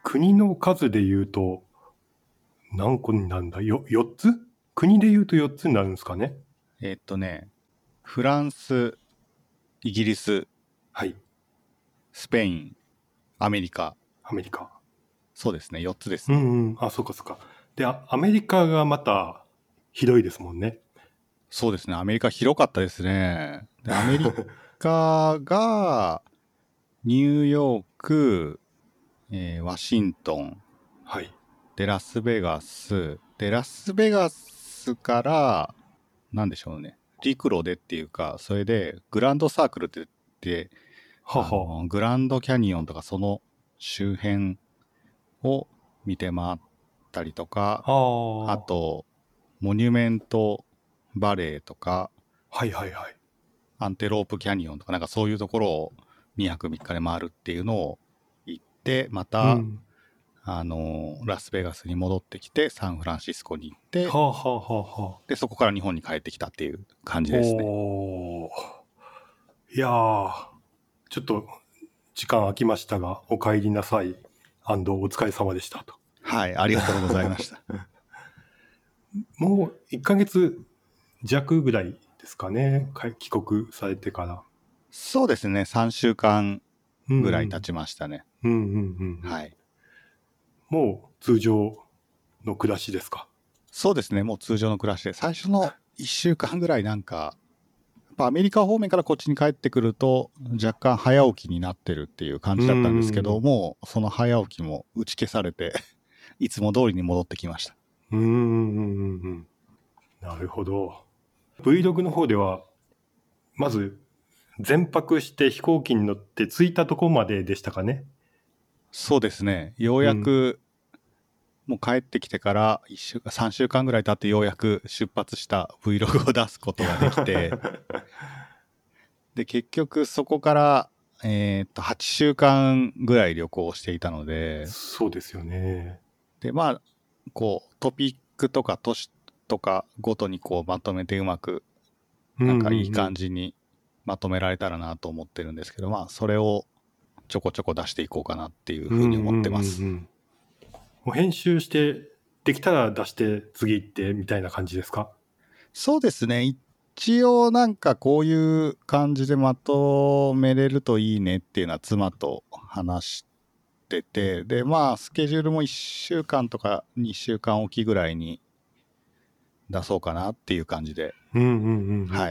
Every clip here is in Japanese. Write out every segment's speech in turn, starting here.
国の数で言うと、何個になるんだ？4つ？国で言うと4つになるんですかね。 フランス、イギリス、 はい。 スペイン、アメリカ。 アメリカ。 そうですね、4つですね。 うんうん。あ、そうかそうか。で、アメリカがまた広いですもんね。 そうですね、アメリカ広かったですね。で、アメリカが、ニューヨーク、ワシントン、 はい。 で、ラスベガス。で、ラスベガスから、なんでしょうね。陸路でっていうか、それで、グランドサークルって言って、 はは。 グランドキャニオンとかその周辺を見て回ったりとか、 ああ。 あと、モニュメントバレーとか、 はいはいはい。 アンテロープキャニオンとか、なんかそういうところを2泊3日で回るっていうのを行って、また、 うん。 ラスベガスに戻ってきて、サンフランシスコに行って、 はあはあはあはあ。 で、そこから日本に帰ってきたっていう感じですね。 おー。いやー、ちょっと時間空きましたが、お帰りなさい。お疲れ様でしたと。 はい、ありがとうございました。 もう1ヶ月弱ぐらいですかね。帰国されてから。 そうですね、3週間うんぐらい経ちましたね。 うんうんうんうん。 はい。 もう通常の暮らしですか？ そうですね、もう通常の暮らしで、最初の1週間ぐらいなんか、やっぱアメリカ方面からこっちに帰ってくると、若干早起きになってるっていう感うじだったんですけどんも、その早起きも打ち消されて、いつも通りに戻ってきました。 うんうんうんうん。なるほど。Vlog の方では、まず全泊して飛行機に乗って着いたとこまででしたかね。 そうですね、ようやく、もう帰ってきてから1週間、3週間ぐらい経ってようやく出発した Vlog を出すことができて、で、結局そこから、8週間ぐらい旅行をしていたので、 そうですよね。 で、まあ、こう、トピックとか都市とかごとにこうまとめてうまく、 うんうんなんかいいうん。 感じにまとめられたらなと思ってるんですけど、まあ、それをちょこちょこ出していこうかなっていううんうんふうに思ってます。 うんうん。もう編集してできたら出して次行ってみたいな感じですか？ そうですね。一応なんかこういう感じでまとめれるといいねっていうのは妻と話してて、で、まあスケジュールも1週間とか2週間おきぐらいに出そうかなっていう感じで、 うんうんうんうん。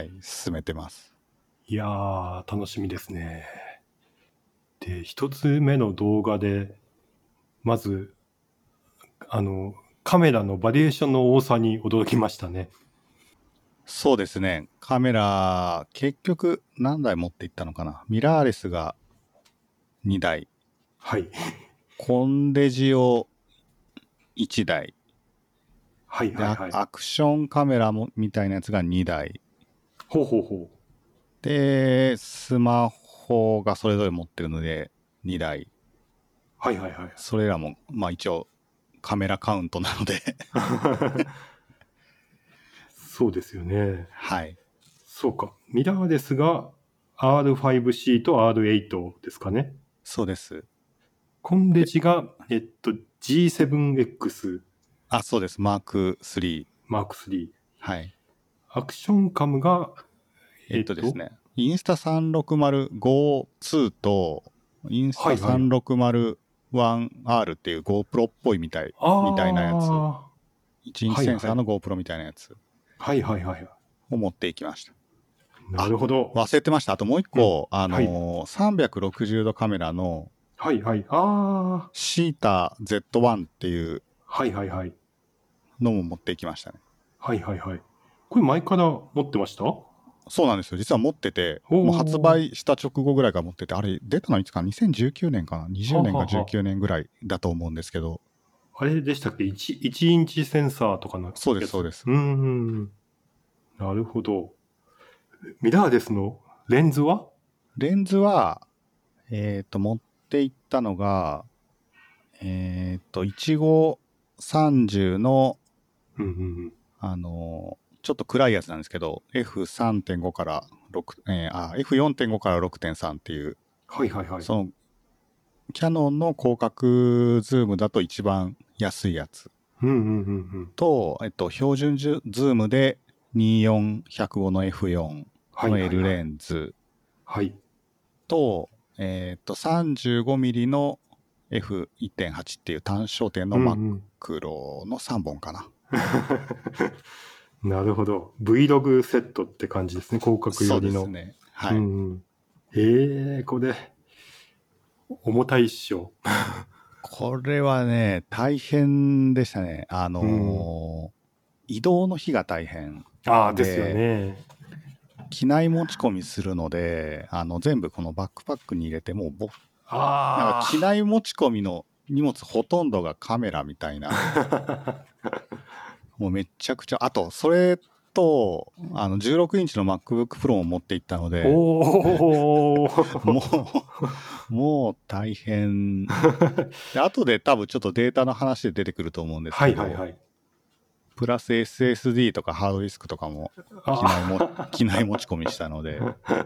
はい、進めてます。 いやー、楽しみですね。で、一つ目の動画で、まず、あの、カメラのバリエーションの多さに驚きましたね。 そうですね。カメラ、結局何台持っていったのかな。ミラーレスが2台、 はい。 コンデジオ1台、で、 はいはいはい。 アクションカメラもみたいなやつが2台、 ほうほうほう。 で、スマホがそれぞれ持ってるので2台。 はいはいはい。 それらも、まあ一応カメラカウントなのでそうですよね。 はい。 そうか。ミラーレスが R5C と R8 ですかね。 そうです。 コンデで、 ジが、G7X あ、そうです。マーク3。 マーク3。 はい。 アクションカムが、 ですね。インスタ36052と、インスタはいはい。 360-1R っていう GoPro っぽいみたいなやつ。 ああ、 1インチはいはい。 センサーの GoPro みたいなやつはいはいはい。 を持っていきました。 なあ、 るほど。 忘れてました。あともう一うん。 個、 はい。 360度カメラのはいはい。ああ、 シータ Z1 っていうはいはいはい。 のも持っていきましたね。 はいはいはい。これ前から持ってました？ そうなんですよ。実は持ってて、 おもう発お。 売した直後ぐらいから持ってて、あれ出たのいつか2019年かな ?20 はあ、 年かはあは 19年ぐらいだと思うんですけど、 あ、あれでしたっけ？ 1 インチセンサーとかのそうです、 やつ。 そうです。 なるほど。ミラーレスのレンズは？ レンズは、持っていったのが、1530の、 うんうんうん。 ちょっと暗いやつなんですけど、F3.5 から6、F4.5 から6.3っていう、 はいはいはい。 そのキャノンの広角ズームだと一番安いやつうんうんうん。 と、標準ズームで24-105の F4 のはいはい L はい。 レンズはい。 と、35mm の F1.8 っていう単焦点のマうんうん。 クロの3本かな。 なるほど。Vlog セットって感じですね。広角そう寄りの。 ですね。はい。 うんうん。これ、重たいっしょ。 これはね、大変でしたね。 うん。 移動の日が大変ああ、ですよで、 ね。 機内持ち込みするので、全部このバックパックに入れて、もうなんか機あ内持ち込みの荷物ほとんどがカメラみたいな、 あ。 もうめっちゃくちゃ、あと、それと、16インチの MacBook Pro を持っていったので、 おお。 ももう大変。で、後で多分ちょっとデータの話で出てくると思うんですはけど、 いはいはい。 プラス SSD とかハードディスクとかも機内持ち込みしたので、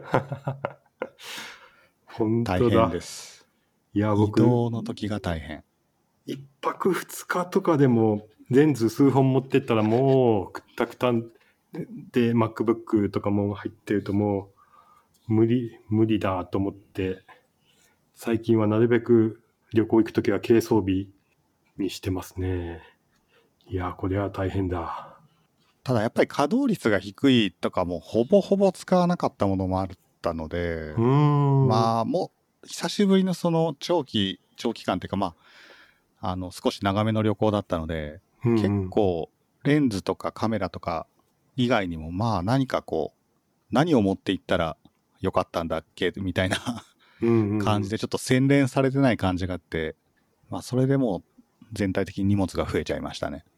本大変で当だ。 す。 いや、 移僕、 動の時が大変。 一泊二日とかでも、レンズ数本持ってったらもう、くったくたんで、MacBook とかも入ってるともう、無理だと思って、最近はなるべく旅行行くときは軽装備にしてますね。いや、これは大変だ。 ただやっぱり稼働率が低いとかもほぼほぼ使わなかったものもあったので、 うーん。 まあもう久しぶりのその長期間っていうか少し長めの旅行だったので、結うんうん。 構レンズとかカメラとか以外にも何か何を持っていったらよかったんだっけみたいなうんうんうん。 感じでちょっと洗練されてない感じがあって、それでもう全体的に荷物が増えちゃいましたね。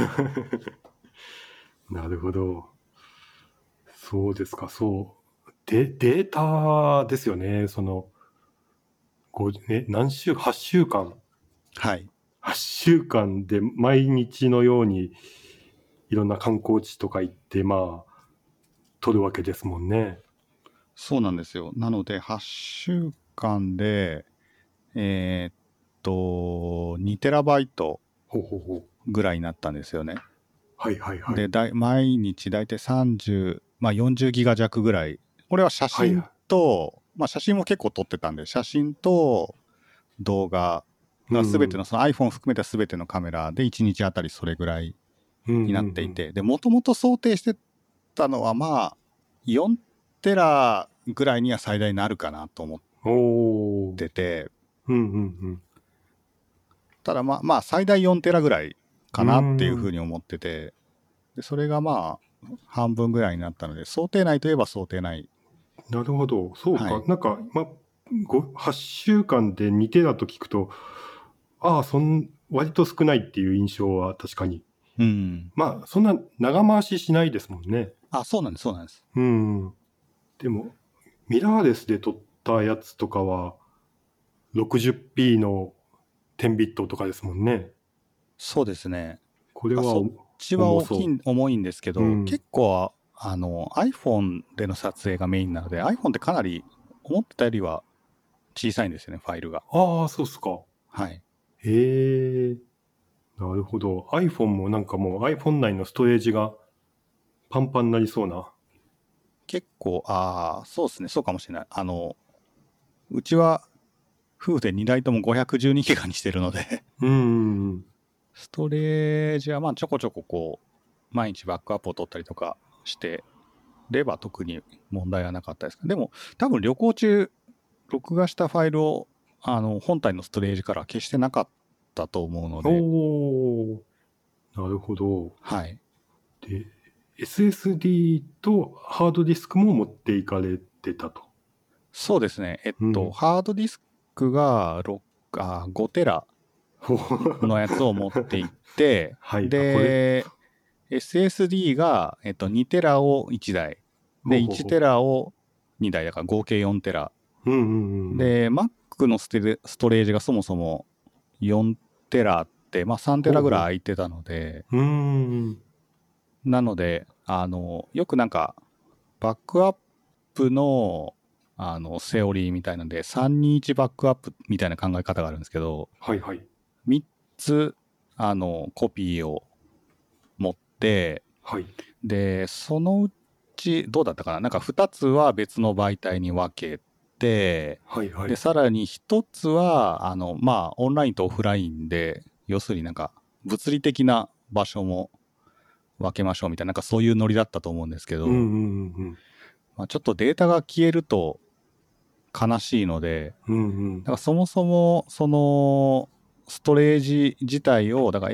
なるほど。そうですか、そう。データですよね。何週、8週間。 はい。 8週間で毎日のようにいろんな観光地とか行って、撮るわけですもんね。 そうなんですよ。なので、8週間で、えーっ2テラバイトほうほうほう。 ぐらいになったんですよね。 はいはいはい。 で、毎日だいたい30、40ギガ弱ぐらい。これは写真はいはと、写真も結構撮ってたんで、写真と動画い。うがんうん。 全てのその iPhone 含めた全てのカメラで1日あたりそれぐらいうんうんになっうん。 ていて、で、もともと想定してたのは4テラぐらいには最大になるかなと思っおー。 てて、 うんうんただ最大4テラぐらいかうん。 なっていううーん。 ふうに思ってて、でそれが半分ぐらいになったので、想定内といえば想定内。 なるほど。そうか。 はい。 なんか、8週間で2テラと聞くと、ああ、割と少ないっていう印象は確かに。 うん。 そんな長回ししないですもんね。 そうなんです、そうなんです。 うん。でも、ミラーレスで撮ったやつとかは、60p の10ビットとかですもんね。 そうですね。 これはそっちは重そ重いんですけう。うど、 ん。 結構、iPhone での撮影がメインなので、iPhone ってかなり思ってたよりは小さいんですよね、ファイルが。 ああ、そうっすか。 はい。 へえ、なるほど。iPhone もなんかもう iPhone 内のストレージがパンパンになりそうな。 結構、そうですね、そうかもしれない。うちは夫婦で2台とも512ギガにしてるのでうん。 ストレージはちょこちょこ毎日バックアップを取ったりとかしてれば特に問題はなかったですか。でも、多分旅行中、録画したファイルを、本体のストレージから消してなかったと思うので、 おー、なるほど。 はい。 で、SSD とハードディスクも持っていかれてたと。 そうですね。 うん。 ハードディスクが5テラほのやつを持っていって、 はい。あ、これ、 で、SSD が、2テラを1台。で、1テほうほうほラを2台だから合計4テラ。 う。うんうんうん。 で、Mac のストレージがそもそも4テラあって、3テラぐらいほうほ空いてたので、 う。ん。 なので、よくなんか、バックアップのセオリーみたいなんで、321バックアップみたいな考え方があるんですけど、 はいはい。 3つ、コピーを持って、 はい。 で、そのうち、どうだったかな、なんか2つは別の媒体に分けて、で、 はいはい。 さらに1つは、まあ、オンラインとオフラインで、要するになんか、物理的な場所も分けましょうみたいな、なんかそういうノリだったと思うんですけど、 うんうんうんまあ、ちょっとデータが消えると悲しいので、 うん。うんうん。 だからそもそも、その、ストレージ自体を、だから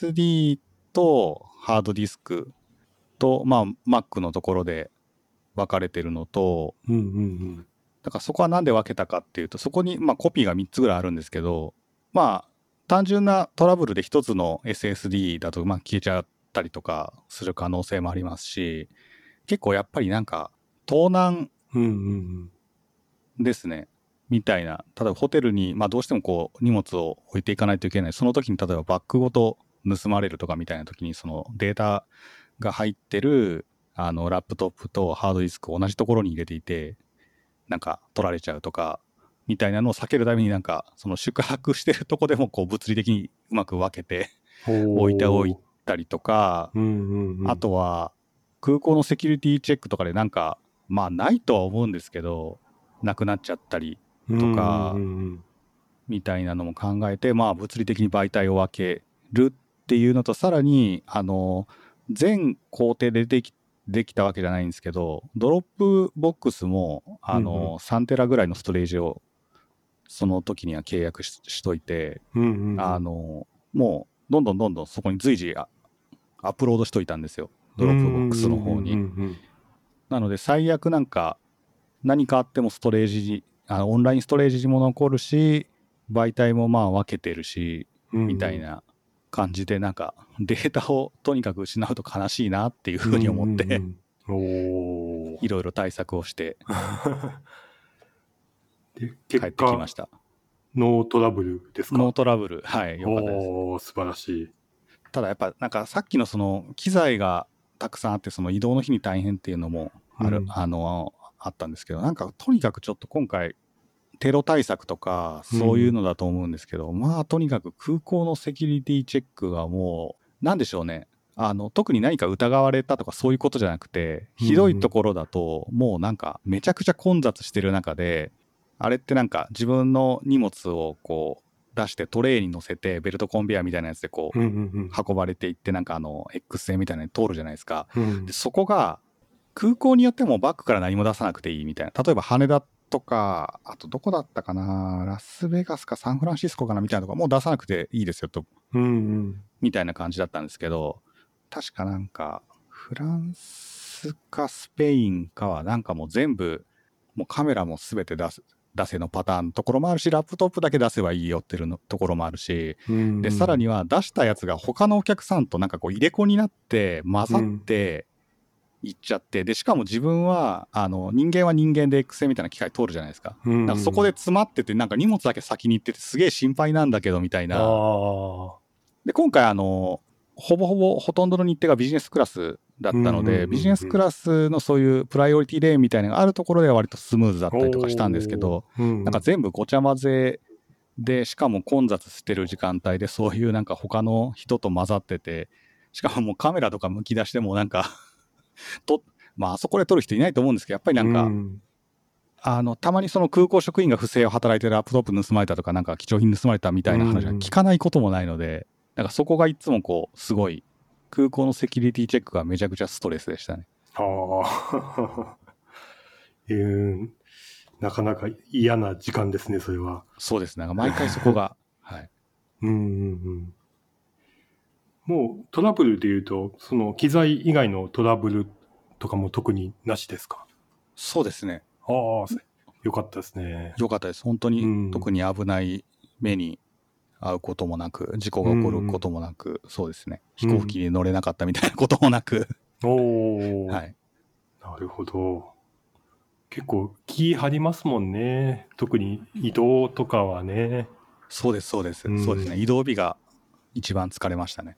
SSD とハードディスクと、まあ、Mac のところで分かれてるのと、 うんうんだからそこはなんで分けたかっていうと、そこに、まあ、コピーが3つぐらいあるんですけど、まあ、単純なトラブルで1つの SSD だと、まあ、消えちゃったりとかする可能性もありますし、結構やっぱりなんか、盗難うん。うんうんですね。みたいな。例えばホテルに、まあどうしてもこう荷物を置いていかないといけない。その時に例えばバッグごと盗まれるとかみたいな時に、そのデータが入ってる、ラップトップとハードディスクを同じところに入れていて、なんか取られちゃうとか、みたいなのを避けるためになんか、その宿泊してるとこでもこう物理的にうまく分けて置いておいおー。 たりとか、 うんうんうん。 あとは空港のセキュリティチェックとかでなんか、まあないとは思うんですけど、なくなっちゃったりとうんうんうか、 んみたいなのも考えて、まあ物理的に媒体を分けるっていうのと、さらに、全工程でできたわけじゃないんですけど、ドロップボックスも、3テラぐらいのストレージをその時には契約しといて、 うんうんうん。 もう、どんどんどんどんそこに随時アップロードしといたんですよ。ドロップボックスの方に。なので、最悪なんか、何かあってもストレージ、オンラインストレージも残るし、媒体もまあ分けてるし、 うんうんみたいな感じで、なんか、データをとにかく失うと悲しいなっていううんうんふうに思って、 うん。おー。 いろいろ対策をしてで、 帰ってきま結果、 した。 ノートラブルですノーか？ トラブル、はい、良かったです。 おー、素晴らしい。 ただやっぱ、なんかさっきのその、機材がたくさんあって、その移動の日に大変っていうのもある、 うんあったんですけど、なんかとにかくちょっと今回、テロ対策とか、そういううんのだと思うんですけど、まあ、とにかく空港のセキュリティチェックがもう、なんでしょうね。特に何か疑われたとかそういうことじゃなくて、 うんひどいところだと、もうなんか、めちゃくちゃ混雑してる中で、あれってなんか自分の荷物をこう、出してトレイに乗せて、ベルトコンベヤーみたいなやつでこう、 うんうん運ばれていって、なんかX 線みたいなのに通るじゃないですか。 うんで、そこが、空港によってもバッグから何も出さなくていいみたいな。例えば羽田とか、あとどこだったかな、ラスベガスかサンフランシスコかなみたいなとこもう出さなくていいですよと、 うんうんみたいな感じだったんですけど、確かなんか、フランスかスペインかはなんかもう全部、もうカメラもすべて出せのパターンのところもあるし、ラップトップだけ出せばいいよっていうのところもあるし、 うんで、さらには出したやつが他のお客さんとなんかこう入れ子になって混ざっていっちゃって、で、しかも自分は、人間は人間で X 線みたいな機械通るじゃないですか。 うんなんかそこで詰まってて、なんか荷物だけ先に行っててすげえ心配なんだけどみたいな。 ああ。 で、今回ほとんどの日程がビジネスクラスだったので、ビジネスクラスのそういうプライオリティレーンみたいなのがあるところでは割とスムーズだったりとかしたんですけど、なんか全部ごちゃ混ぜで、しかも混雑してる時間帯でそういうなんか他の人と混ざってて、しかももうカメラとかむき出してもなんかまああそこで撮る人いないと思うんですけど、やっぱりなんか、たまにその空港職員が不正を働いてラップトップ盗まれたとか、なんか貴重品盗まれたみたいな話は聞かないこともないので、なんかそこがいつもこう、すごい、空港のセキュリティチェックがめちゃくちゃストレスでしたね。 ああ。なかなか嫌な時間ですね、それは。 そうですね。なんか毎回そこが、はい。 もうトラブルで言うと、その機材以外のトラブルとかも特になしですか？ そうですね。 ああ、よかったですね。 よかったです。本当に、特に危ない目に遭うこともなく、事故が起こることもなく、そうですね。飛行機に乗れなかったみたいなこともなく。 おお、 はい。 なるほど。結構気張りますもんね。特に移動とかはね。 そうです、そうです。そうですね。移動日が一番疲れましたね。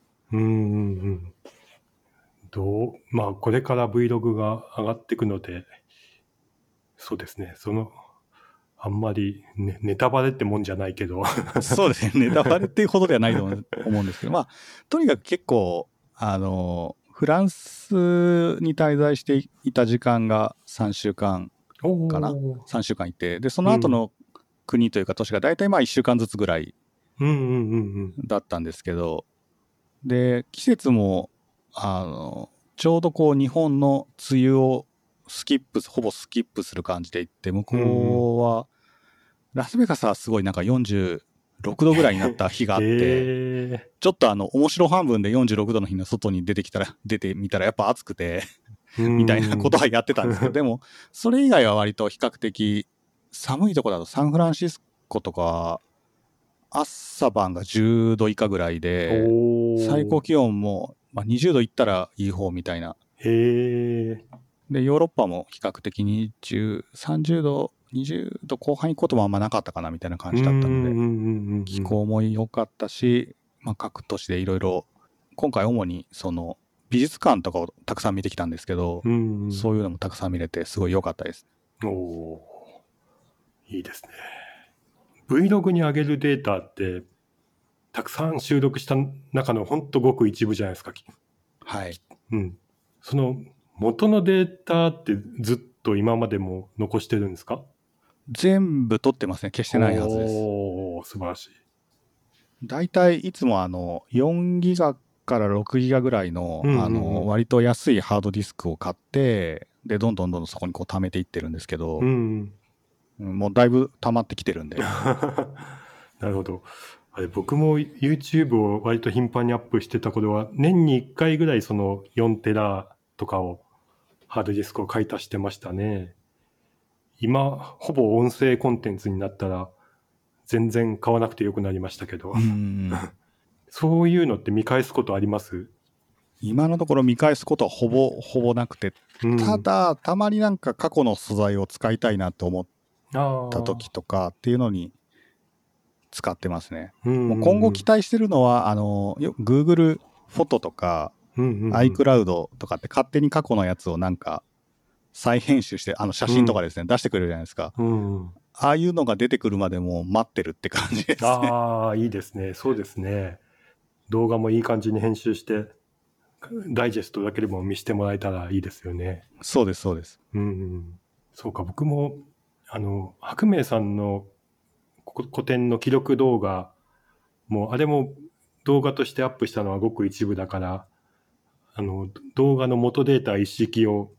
まあこれから Vlog が上がっていくので、 そうですね。あんまり、ね、ネタバレってもんじゃないけど。 そうですね。ネタバレっていうほどではないと思うんですけど、まあ、とにかく結構、フランスに滞在していた時間が3週間かな。 おー。 3週間いて、で、そのうん。 後の国というか都市が大体まあ1週間ずつぐらいうんうんうんだったんですけど、で、季節も、ちょうどこう日本の梅雨をほぼスキップする感じで行って、向こうは、ラスベガスはすごいなんか46度ぐらいになった日があって、 へちょっと面白半分で46度の日の外に出てみたらやっぱ暑くて、 ー。 みたいなことはやってたんですけど、でも、それ以外は割と比較的、寒いところだとサンフランシスコとかは、朝晩が10度以下ぐらいで、最高気温も、まあ、20度いったらいい方みたいな。 へえ。 で、ヨーロッパも比較的20、30度、20度後半行くこともあんまなかったかなみたいな感じだったので、気候も良かったし、まあ、各都市でいろいろ、今回主にその美術館とかをたくさん見てきたんですけど、そういうのもたくさん見れてすごい良かったです。 おー、いいですね。Vlog に上げるデータってたくさん収録した中のほんとごく一部じゃないですか。 はい。 うん。その元のデータってずっと今までも残してるんですか？ 全部撮ってますね。消してないはずです。 おー、素晴らしい。 だいたいいつも4ギガから6ギガぐらいの、割と安いハードディスクを買って、で、どんどんそこにこう貯めていってるんですけど、もうだいぶ溜まってきてるんで。 なるほど。あれ、僕も YouTube を割と頻繁にアップしてた頃は、年に1回ぐらいその4テラとかをハードディスクを買い足してましたね。今、ほぼ音声コンテンツになったら、全然買わなくてよくなりましたけど。そういうのって見返すことあります？ 今のところ見返すことはほぼなくて、ただ、たまになんか過去の素材を使いたいなと思った時とかっていうのに使ってますね。もう今後期待してるのは、Google フォトとか、iCloud とかって勝手に過去のやつをなんか再編集して、写真とかですね、出してくれるじゃないですか。ああいうのが出てくるまでも待ってるって感じですね。 ああ、いいですね。そうですね。動画もいい感じに編集して、ダイジェストだけでも見せてもらえたらいいですよね。 そうです、そうです。 そうか、僕も、白明さんの古典の記録動画、もうあれも動画としてアップしたのはごく一部だから、動画の元データ一式を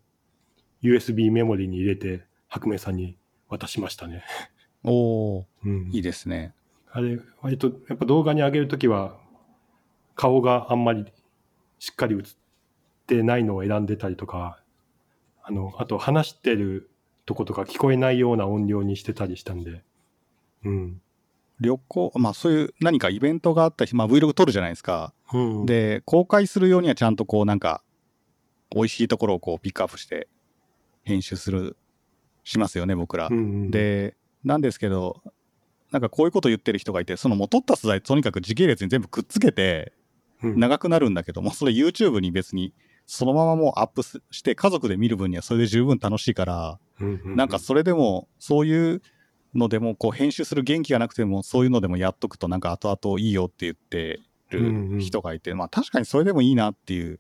USB メモリに入れて、白明さんに渡しましたね。 おー、いいですね。 あれ、割とやっぱ動画に上げるときは、顔があんまりしっかり映ってないのを選んでたりとか、あと話してるとことか聞こえないような音量にしてたりしたんで、 まあそういう何かイベントがあった日、まあ Vlog 撮るじゃないですか。で、公開するようにはちゃんとこうなんか、美味しいところをこうピックアップして編集しますよね、僕ら。で、なんですけど、なんかこういうこと言ってる人がいて、その撮った素材とにかく時系列に全部くっつけて、長くなるんだけども、それ YouTube に別にそのままもうアップして家族で見る分にはそれで十分楽しいから、なんかそれでもそういうのでもこう編集する元気がなくてもそういうのでもやっとくとなんか後々いいよって言ってる人がいて、まあ確かにそれでもいいなっていう。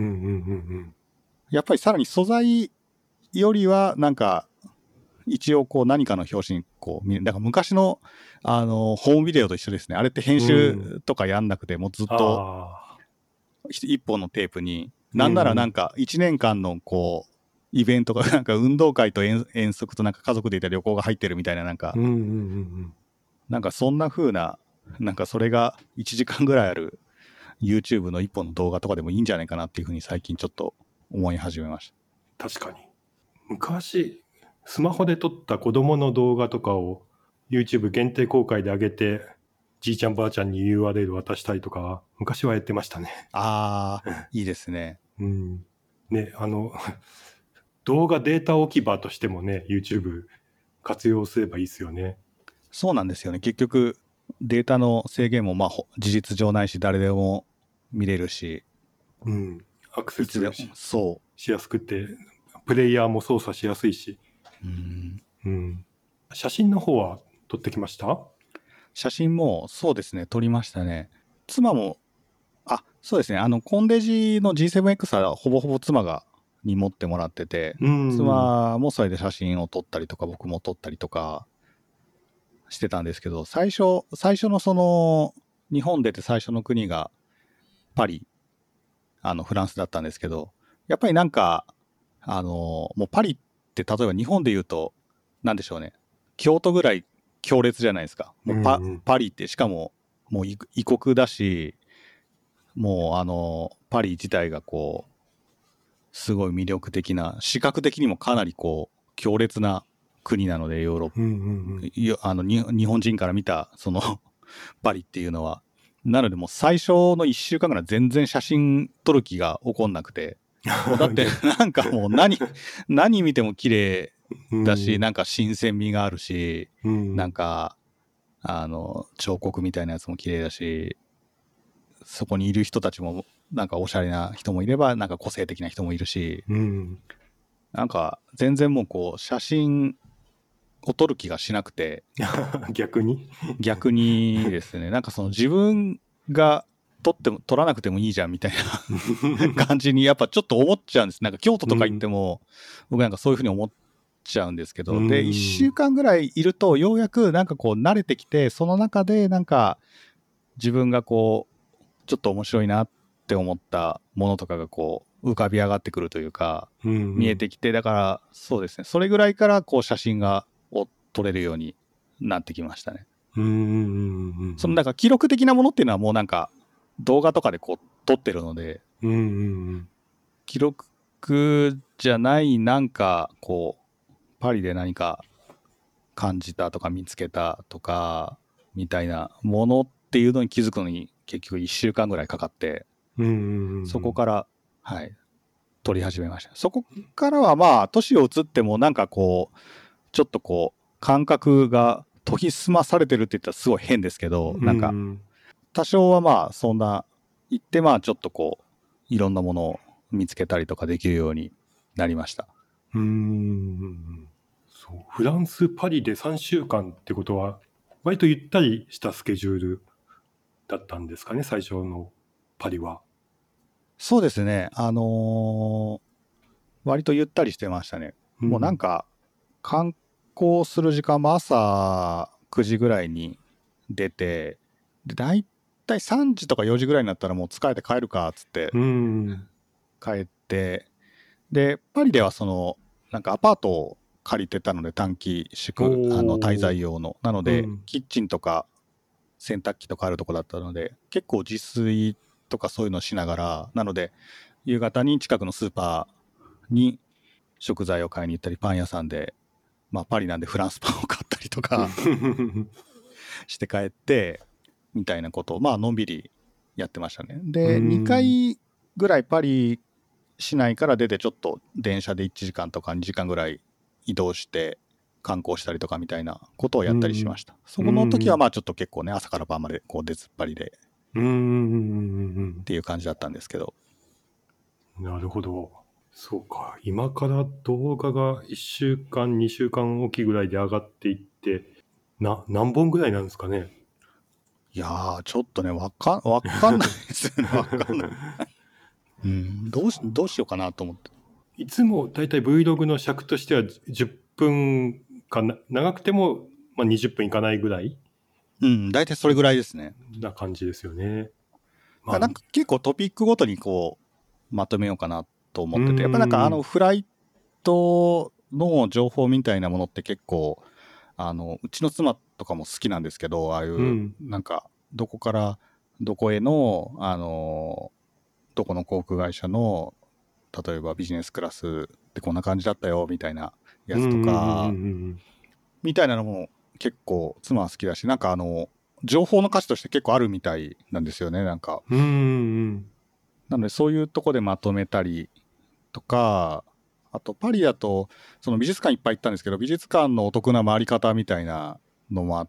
やっぱりさらに素材よりはなんか一応こう何かの表紙にこう見る。だから昔のホームビデオと一緒ですね。あれって編集とかやんなくてもうずっと一本のテープに、なんならなんか1年間のこうイベントがなんか運動会と遠足となんか家族でいた旅行が入ってるみたいななんか、なんかそんな風な、なんかそれが1時間ぐらいある YouTube の一本の動画とかでもいいんじゃないかなっていう風に最近ちょっと思い始めました。 確かに。昔、スマホで撮った子供の動画とかを YouTube 限定公開で上げて、じいちゃんばあちゃんに URL 渡したりとか、昔はやってましたね。 ああ、いいですね。 ね、動画データ置き場としてもね、YouTube 活用すればいいですよね。 そうなんですよね。結局、データの制限もまあ事実上ないし、誰でも見れるし、 アクセスしそうやすくて、プレイヤーも操作しやすいし。 写真の方は撮ってきました？ 写真もそうですね、撮りましたね。妻も、そうですね、コンデジの G7X はほぼほぼ妻に持ってもらってて、妻もそれで写真を撮ったりとか、僕も撮ったりとかしてたんですけど、最初のその、日本出て最初の国がパリ、フランスだったんですけど、やっぱりなんか、もうパリって例えば日本で言うと、なんでしょうね、京都ぐらい強烈じゃないですか。もうパリって、しかももう異国だし、もうパリ自体がこう、すごい魅力的な、視覚的にもかなりこう、強烈な国なので、ヨーロッパ、日本人から見た、そのパリっていうのは。なのでもう最初の1週間ぐらい全然写真撮る気が起こんなくて、もうだってなんかもう何見ても綺麗だし、なんか新鮮味があるし、なんか、彫刻みたいなやつも綺麗だし、そこにいる人たちもなんかおしゃれな人もいれば、なんか個性的な人もいるし、なんか全然もうこう写真を撮る気がしなくて逆にですね、なんかその自分が撮らなくてもいいじゃんみたいな感じにやっぱちょっと思っちゃうんです。なんか京都とか行っても、僕なんかそういうふうに思っちゃうんですけど、で1週間ぐらいいるとようやくなんかこう慣れてきて、その中でなんか自分がこうちょっと面白いなって思ったものとかがこう浮かび上がってくるというか、見えてきて、だからそうですね、それぐらいからこう写真を撮れるようになってきましたね。そのなんか記録的なものっていうのはもうなんか動画とかでこう撮ってるので、記録じゃないなんかこうパリで何か感じたとか見つけたとかみたいなものっていうのに気づくのに結局1週間ぐらいかかって、そこから、はい、撮り始めました。そこからはまあ、年を移ってもなんかこう、ちょっとこう、感覚が研ぎ澄まされてるって言ったらすごい変ですけど、なんか、多少はまあ、そんな、言ってまあ、ちょっとこう、いろんなものを見つけたりとかできるようになりました。 そうフランス・パリで3週間ってことは、割とゆったりしたスケジュールだったんですかね、最初のパリは。 そうですね。割とゆったりしてましたね。もうなんか、観光する時間も朝9時ぐらいに出て、で、だいたい3時とか4時ぐらいになったらもう疲れて帰るか、っつって、帰って、で、パリではその、なんかアパートを借りてたので、短期宿、滞在用の。なので、キッチンとか洗濯機とかあるとこだったので、結構自炊とかそういうのしながら、なので、夕方に近くのスーパーに食材を買いに行ったり、パン屋さんで、まあパリなんでフランスパンを買ったりとかして帰って、みたいなことを、まあのんびりやってましたね。で、2回ぐらいパリ市内から出てちょっと電車で1時間とか2時間ぐらい移動して観光したりとかみたいなことをやったりしました。そこの時はまあちょっと結構ね、朝から晩までこう出ずっぱりでっていう感じだったんですけど。 なるほど。そうか。今から動画が1週間、2週間おきぐらいで上がっていって、何本ぐらいなんですかね。 いやー、ちょっとね、わかんないですよね。わかんない。どうしようかなと思って。 いつもだいたい Vlog の尺としては10分かな、長くてもまあ20分いかないぐらいだいたいそれぐらいですね。 な感じですよね。 まあ、なんか結構トピックごとにこう、まとめようかなと思ってて、やっぱなんかフライトの情報みたいなものって結構、うちの妻とかも好きなんですけど、ああいう、なんか、どこからどこへの、どこの航空会社の、例えばビジネスクラスでこんな感じだったよ、みたいなやつとか、みたいなのも結構妻は好きだし、なんか情報の価値として結構あるみたいなんですよね、なんか。なのでそういうとこでまとめたりとか、あとパリだとその美術館いっぱい行ったんですけど、美術館のお得な回り方みたいなのもあって、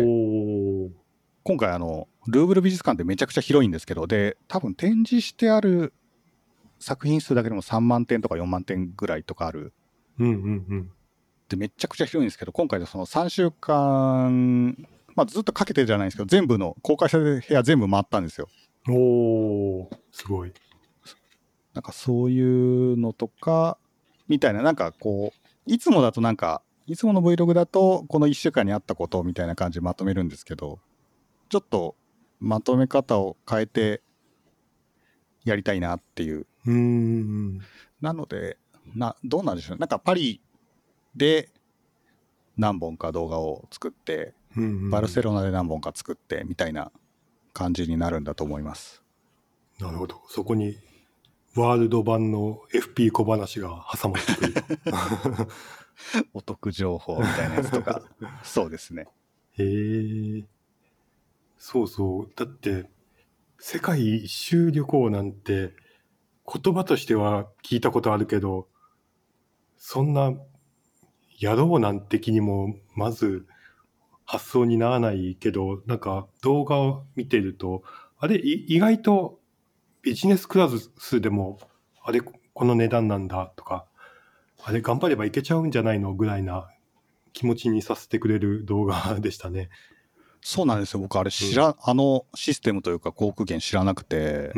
今回ルーブル美術館ってめちゃくちゃ広いんですけど、で多分展示してある作品数だけでも3万点とか4万点ぐらいとかあるでめちゃくちゃ広いんですけど、今回でその3週間、まあ、ずっとかけてじゃないんですけど、全部の公開されてる部屋全部回ったんですよ。 おー、すごい。 なんかそういうのとかみたいな、なんかこういつもだとなんかいつもの Vlog だとこの1週間にあったことみたいな感じでまとめるんですけど、ちょっとまとめ方を変えてやりたいなっていう。なのでどうなんでしょう、なんかパリで何本か動画を作って、バルセロナで何本か作ってみたいな感じになるんだと思います。 なるほど。そこにワールド版の FP 小話が挟まってくると。 お得情報みたいなやつとか。そうですね。 へえ。そうそう。だって、世界一周旅行なんて言葉としては聞いたことあるけど、そんなやろうなんて気にもまず発想にならないけど、なんか動画を見てると、あれ、意外とビジネスクラスでも、あれ、この値段なんだとか、あれ、頑張ればいけちゃうんじゃないのぐらいな気持ちにさせてくれる動画でしたね。 そうなんですよ。僕あれあのシステムというか航空券知らなくて、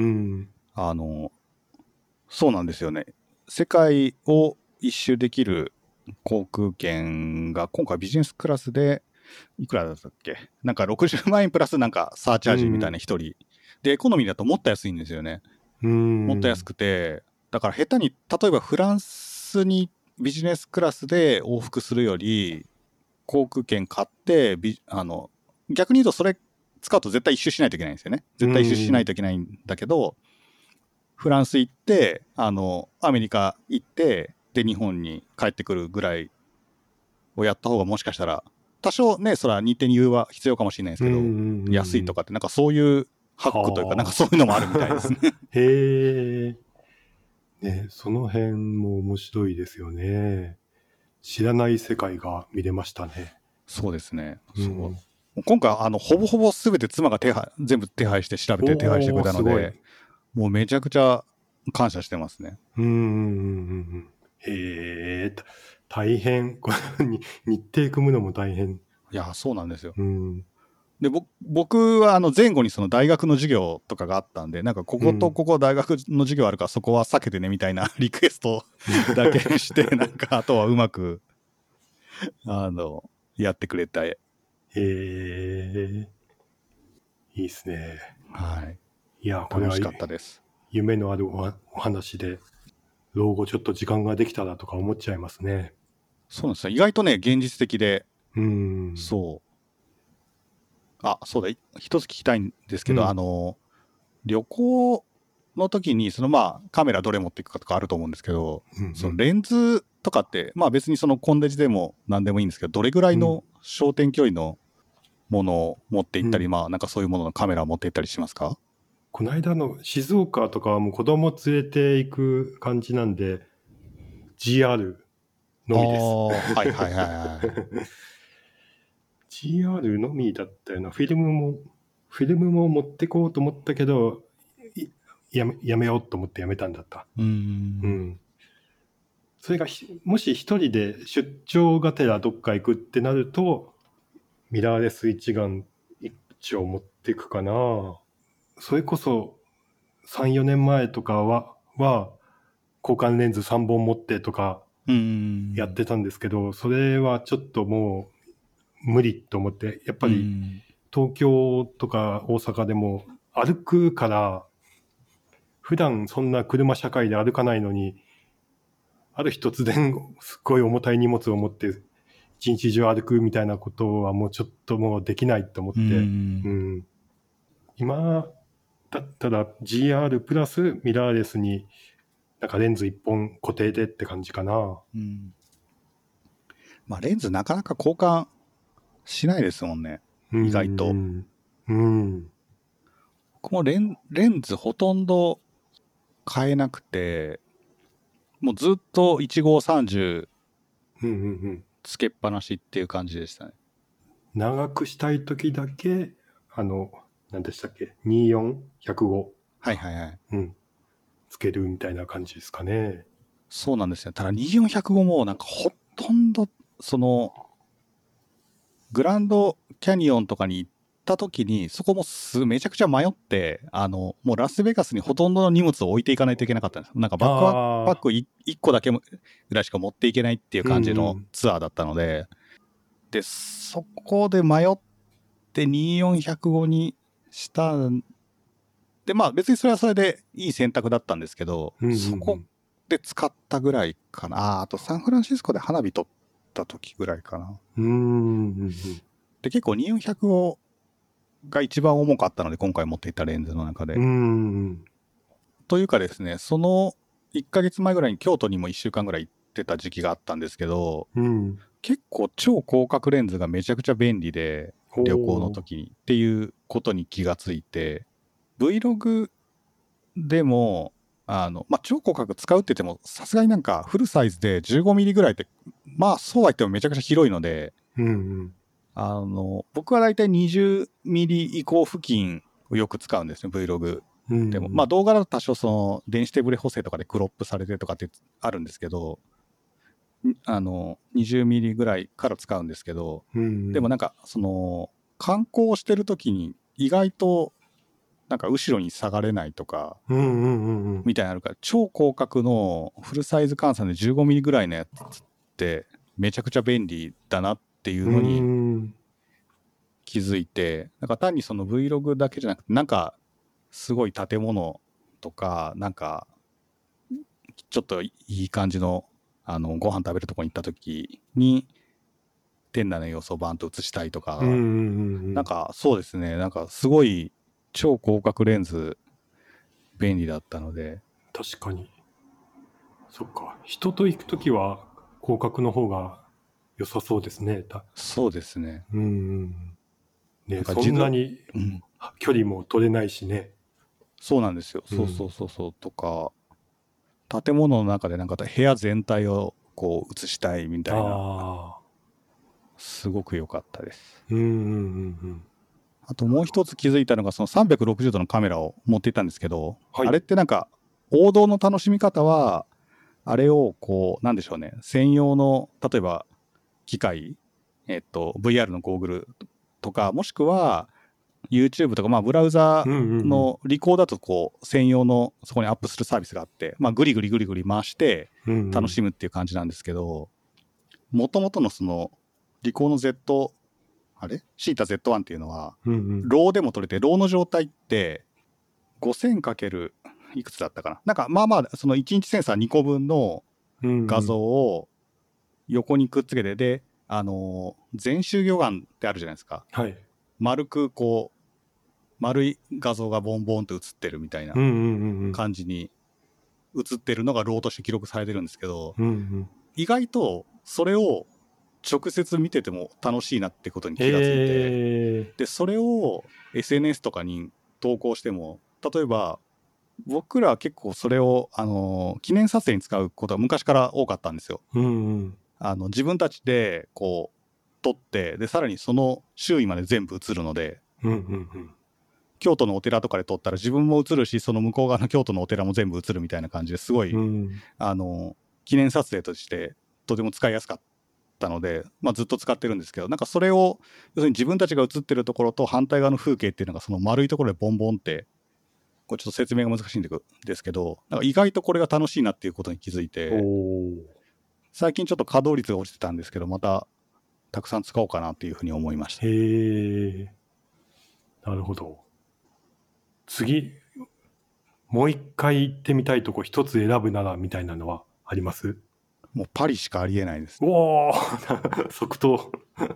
そうなんですよね。世界を一周できる航空券が今回ビジネスクラスでいくらだったっけ、なんか60万円プラスなんかサーチャージみたいな一人、でエコノミーだともっと安いんですよね。もっと安くて、だから下手に例えばフランスにビジネスクラスで往復するより航空券買って逆に言うとそれ使うと絶対一周しないといけないんですよね。絶対一周しないといけないんだけど、フランス行ってアメリカ行ってで日本に帰ってくるぐらいをやった方がもしかしたら多少ね、それは日程に余裕は必要かもしれないですけど、安いとかってなんかそういうハックというかなんかそういうのもあるみたいですね。 へえ。ね、その辺も面白いですよね。知らない世界が見れましたね。 そうですね。そう。今回ほぼほぼ全て妻が全部手配して調べて手配してくれたので、もうめちゃくちゃ感謝してますね。 へえ、大変。日程組むのも大変。 いや、そうなんですよ。で僕は前後にその大学の授業とかがあったんで、なんかこことここ大学の授業あるからそこは避けてねみたいなリクエストだけしてなんかあとはうまくやってくれた。へえ、いいですね。 はい。 いや、これは楽しかったです。 夢のあるお話で、老後ちょっと時間ができたらとか思っちゃいますね。 そうなんですよ。意外とね、現実的で、そう。あ、そうだ、一つ聞きたいんですけど、旅行の時に、カメラどれ持っていくかとかあると思うんですけど、そのレンズとかって、まあ別にそのコンデジでも何でもいいんですけど、どれぐらいの焦点距離のものを持っていったり、まあなんかそういうもののカメラを持っていったりしますか？ この間の静岡とかはもう子供連れて行く感じなんで、GR のみです。 はいはいはいはい。 GR のみだったよな。フィルムも持ってこうと思ったけど、やめようと思ってやめたんだった。それがもし一人で出張がてらどっか行くってなると、ミラーレス一眼一応持っていくかな。それこそ3、4年前とかは交換レンズ3本持ってとかやってたんですけど、それはちょっともう無理と思って、やっぱり東京とか大阪でも歩くから、普段そんな車社会で歩かないのに、ある日突然すっごい重たい荷物を持って一日中歩くみたいなことはもうちょっともうできないと思って、今だったら GR プラスミラーレスになんかレンズ1本固定でって感じかな。 まあレンズなかなか交換しないですもんね。意外と。僕もレンズほとんど変えなくて、もうずっと1530つけっぱなしっていう感じでしたね。 長くしたい時だけ何でしたっけ、24、105。 はいはいはい。 つけるみたいな感じですかね。 そうなんですね。ただ24、105もなんかほとんどそのグランドキャニオンとかに行った時に、そこもめちゃくちゃ迷って、もうラスベガスにほとんどの荷物を置いていかないといけなかったんです。なんかバックパック1個だけぐらいしか持っていけないっていう感じのツアーだったので、で、そこで迷って24105にしたんで、まあ別にそれはそれでいい選択だったんですけど、そこで使ったぐらいかな。あとサンフランシスコで花火撮った時ぐらいかな。で、結構24105が一番重かったので、今回持っていたレンズの中で。というかですね、その1ヶ月前ぐらいに京都にも1週間ぐらい行ってた時期があったんですけど、結構超広角レンズがめちゃくちゃ便利で、旅行の時にっていうことに気がついて、Vlog でも、まあ、超広角使うって言っても、さすがになんかフルサイズで15ミリぐらいって、まあそうは言ってもめちゃくちゃ広いので、僕はだいたい20ミリ以降付近をよく使うんですね、Vlog。でも、まあ動画だと多少その電子手ブレ補正とかでクロップされてとかってあるんですけど、20ミリぐらいから使うんですけど、でもなんかその観光してる時に意外となんか後ろに下がれないとかみたいなのあるから、超広角のフルサイズ換算で15ミリぐらいのやつってめちゃくちゃ便利だなっていうのに気づいて、なんか単にその Vlog だけじゃなくて、なんかすごい建物とかなんかちょっといい感じのご飯食べるとこに行った時に店内の様子をバンと映したいとか、なんかそうですね、なんかすごい超広角レンズ便利だったので。 確かに。そっか。人と行くときは広角の方が良さそうですね。 そうですね。 ね、そんなに距離も取れないしね。 そうなんですよ。そうとか、建物の中でなんか部屋全体をこう映したいみたいな。すごく良かったです。あともう一つ気づいたのが、その360度のカメラを持っていたんですけど、あれってなんか王道の楽しみ方は、あれをこう、なんでしょうね、専用の、例えば機械、VR のゴーグルとか、もしくは YouTube とか、まあブラウザのリコーだとこう、専用のそこにアップするサービスがあって、まあグリグリ回して楽しむっていう感じなんですけど、もともとのそのリコーの Z、シータ Z1 っていうのは、ローでも撮れて、ローの状態って5000× いくつだったかな。なんかまあまあ、その1日センサー2個分の画像を横にくっつけて、で、全周魚眼ってあるじゃないですか。丸くこう、丸い画像がボンボンと映ってるみたいな感じに映ってるのがローとして記録されてるんですけど、意外とそれを直接見てても楽しいなってことに気がついて、でそれを SNS とかに投稿しても、例えば僕らは結構それを記念撮影に使うことが昔から多かったんですよ。自分たちでこう撮って、でさらにその周囲まで全部映るので、京都のお寺とかで撮ったら自分も映るし、その向こう側の京都のお寺も全部映るみたいな感じですごい、記念撮影としてとても使いやすかったので、まあ、ずっと使ってるんですけど、なんかそれを要するに自分たちが映ってるところと反対側の風景っていうのがその丸いところでボンボンってこれちょっと説明が難しいんですけど、なんか意外とこれが楽しいなっていうことに気づいて、最近ちょっと稼働率が落ちてたんですけど、またたくさん使おうかなっていうふうに思いました。 なるほど。次、もう一回行ってみたいとこ一つ選ぶならみたいなのはあります？ もうパリしかありえないです。 おー即答。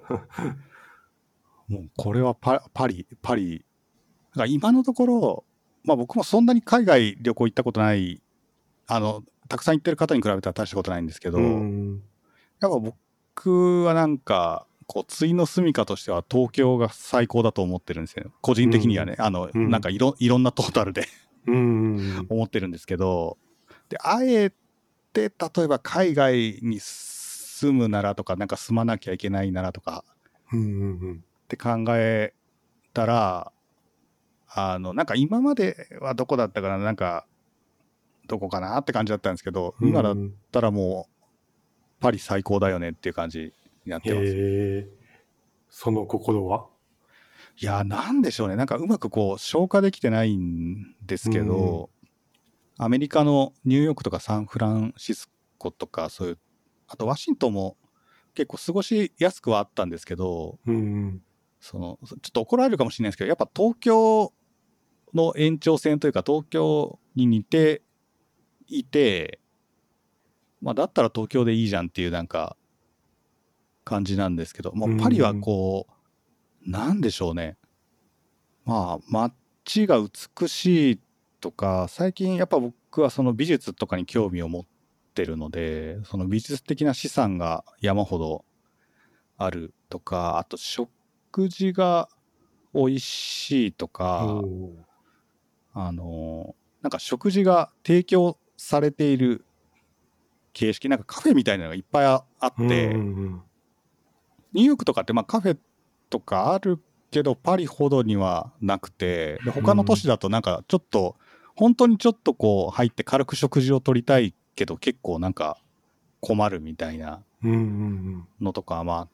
もうこれはパリ。だから今のところ、まあ僕もそんなに海外旅行行ったことない、たくさん行ってる方に比べたら大したことないんですけど、やっぱ僕はなんか、こう、対の住処としては東京が最高だと思ってるんですよ。個人的にはね、なんかいろんなトータルで思ってるんですけど、で、あえて、例えば海外に住むならとか、なんか住まなきゃいけないならとか、って考えたら、なんか今まではどこだったかな、なんか、どこかなって感じだったんですけど、今だったらもう、パリ最高だよねっていう感じになってます。 へえ。その心は？ いや、なんでしょうね。なんかうまくこう消化できてないんですけど、アメリカのニューヨークとかサンフランシスコとか、そういう、あとワシントンも結構過ごしやすくはあったんですけど、 うん。 ちょっと怒られるかもしれないですけど、やっぱ東京の延長線というか、東京に似ていて、まあ、だったら東京でいいじゃんっていうなんか感じなんですけど、もうパリはこう、なんでしょうね。まあ、街が美しいとか、最近やっぱ僕はその美術とかに興味を持ってるので、その美術的な資産が山ほどあるとか、あと食事が美味しいとか、なんか食事が提供されている形式、なんかカフェみたいなのがいっぱいあって、ニューヨークとかってまあカフェとかあるけど、パリほどにはなくて、で他の都市だとなんかちょっと、本当にちょっとこう入って軽く食事を取りたいけど結構なんか困るみたいなのとかもあって、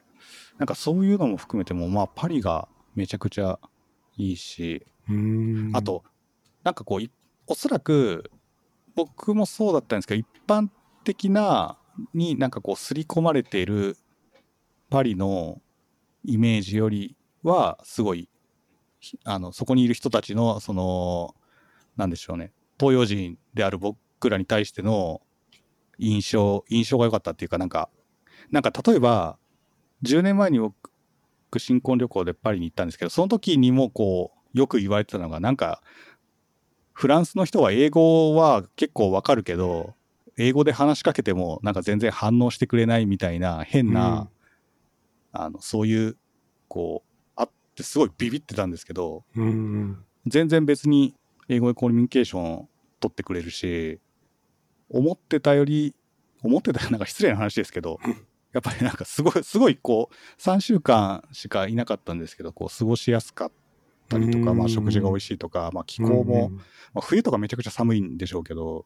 なんかそういうのも含めてもまあパリがめちゃくちゃいいし、あとなんかこうおそらく僕もそうだったんですけど、一般的なになんかこう刷り込まれているパリのイメージよりはすごいそこにいる人たちのそのなんでしょうね、東洋人である僕らに対しての印象が良かったっていうか、なんか例えば10年前に僕新婚旅行でパリに行ったんですけど、その時にもこうよく言われてたのが、なんかフランスの人は英語は結構わかるけど、英語で話しかけてもなんか全然反応してくれないみたいな変な、そういうこうあってすごいビビってたんですけど、全然別に英語でコミュニケーション取ってくれるし、思ってたよりなんか失礼な話ですけど、やっぱりなんかすごいこう3週間しかいなかったんですけど、こう過ごしやすかったりとか、まあ食事が美味しいとか、まあ気候も、まあ、冬とかめちゃくちゃ寒いんでしょうけど、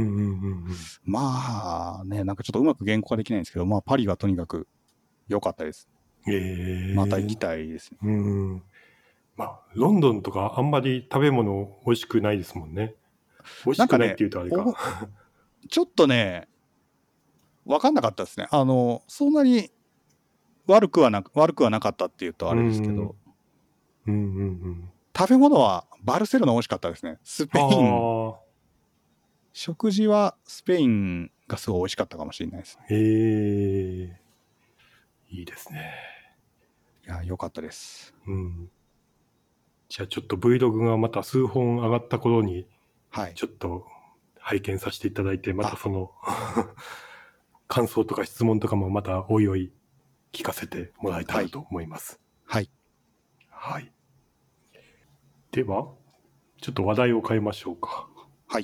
まあね、なんかちょっとうまく言語化できないんですけど、まあパリはとにかく良かったです。また行きたいですね。 まあ、ロンドンとかあんまり食べ物美味しくないですもんね。美味しくないって言うとあれか。 ちょっとね、分かんなかったですね。そんなに悪くはなかったっていうとあれですけど、食べ物はバルセロナ美味しかったですね。スペイン、食事はスペインがすごい美味しかったかもしれないですね。 いいですね。 いや、良かったです。 じゃあちょっと Vlog がまた数本上がった頃に、ちょっと拝見させていただいて、またその感想とか質問とかもまたおいおい聞かせてもらえたらと思います。 はい。 はい。では、ちょっと話題を変えましょうか。 はい。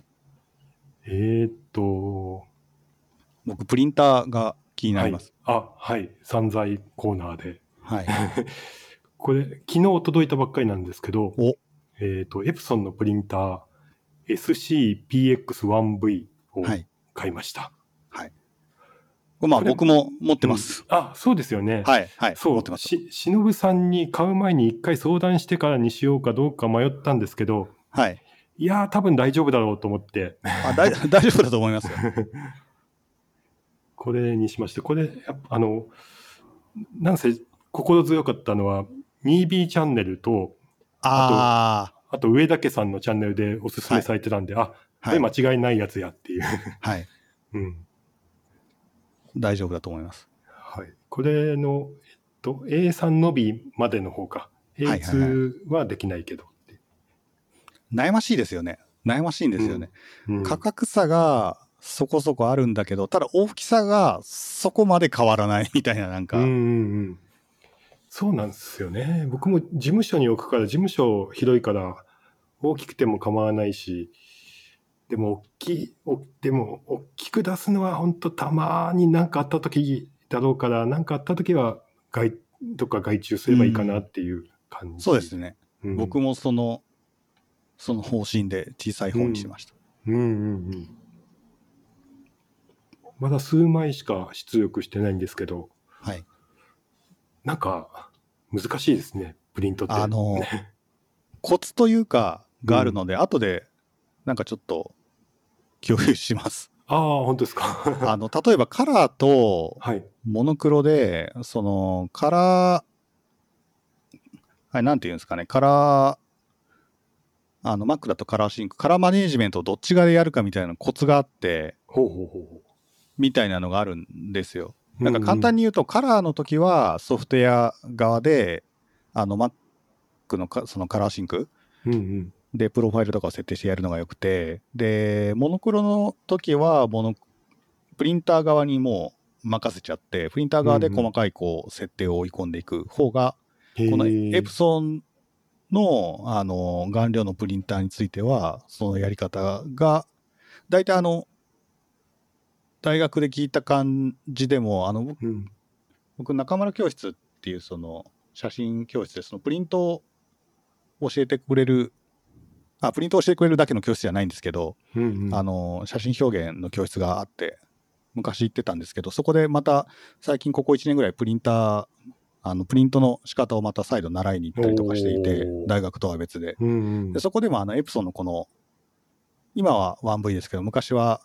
僕、 プリンターが気になります。 はい。散財コーナーで。 はい。 これ、昨日届いたばっかりなんですけど、エプソンのプリンター SCPX1V を買いました。 はい。まあ僕も持ってます。 そうですよね。 はい。 そう。 持ってます。 しのぶさんに買う前に一回相談してからにしようかどうか迷ったんですけど、いやー多分大丈夫だろうと思って。 大丈夫だと思いますよ。 これにしまして、これ、なんせ心強かったのは、2B チャンネルと、あと上田家さんのチャンネルでおすすめされてたんで、これ間違いないやつやっていう。 はい。大丈夫だと思います。 はい。これの、A3 のびまでの方か。A2 はできないけど。 悩ましいですよね。悩ましいんですよね。価格差がそこそこあるんだけど、ただ大きさがそこまで変わらないみたいな、なんか。 そうなんですよね。僕も事務所に置くから、事務所広いから大きくても構わないし、でも大きく出すのは本当たまになんかあった時だろうから、なんかあった時はどっか外注すればいいかなっていう感じ。 そうですね。僕もその方針で小さい方にしました。 まだ数枚しか出力してないんですけど、 はい。 なんか、難しいですね、プリントって。 コツというか、があるうん。 ので、後で、なんかちょっと共有します。 ああ、本当ですか。 例えばカラーとはい。 モノクロで、その、カラー、はい、なんていうんですかね、カラー、Mac だとカラーシンク、カラーマネージメントをどっち側でやるかみたいなコツがあって、 ほうほうほうほみたいなのがあるんですよ。 う。 なんか簡単に言うと、カラーの時はソフトウェア側で、Mac のそのカラーシンクうんうん。 で、プロファイルとかを設定してやるのが良くて、で、モノクロの時は、プリンター側にもう任せちゃって、プリンターうんう側でん。 細かいこう設定を追い込んでいく方が、 へこのエプえ。 ソンの顔料のプリンターについては、そのやり方が、大体大学で聞いた感じでも、 うん。 僕、中村教室っていうその写真教室で、そのプリントを教えてくれる、プリントを教えてくれるだけの教室じゃないんですけど、 うんうん。 写真表現の教室があって、昔行ってたんですけど、そこでまた最近ここ1年ぐらいプリントの仕方をまた再度習いに行ったりとかしていて、 おー。 大学とは別で。 うんうで、 ん。 そこでもエプソンのこの、今は 1V ですけど、昔は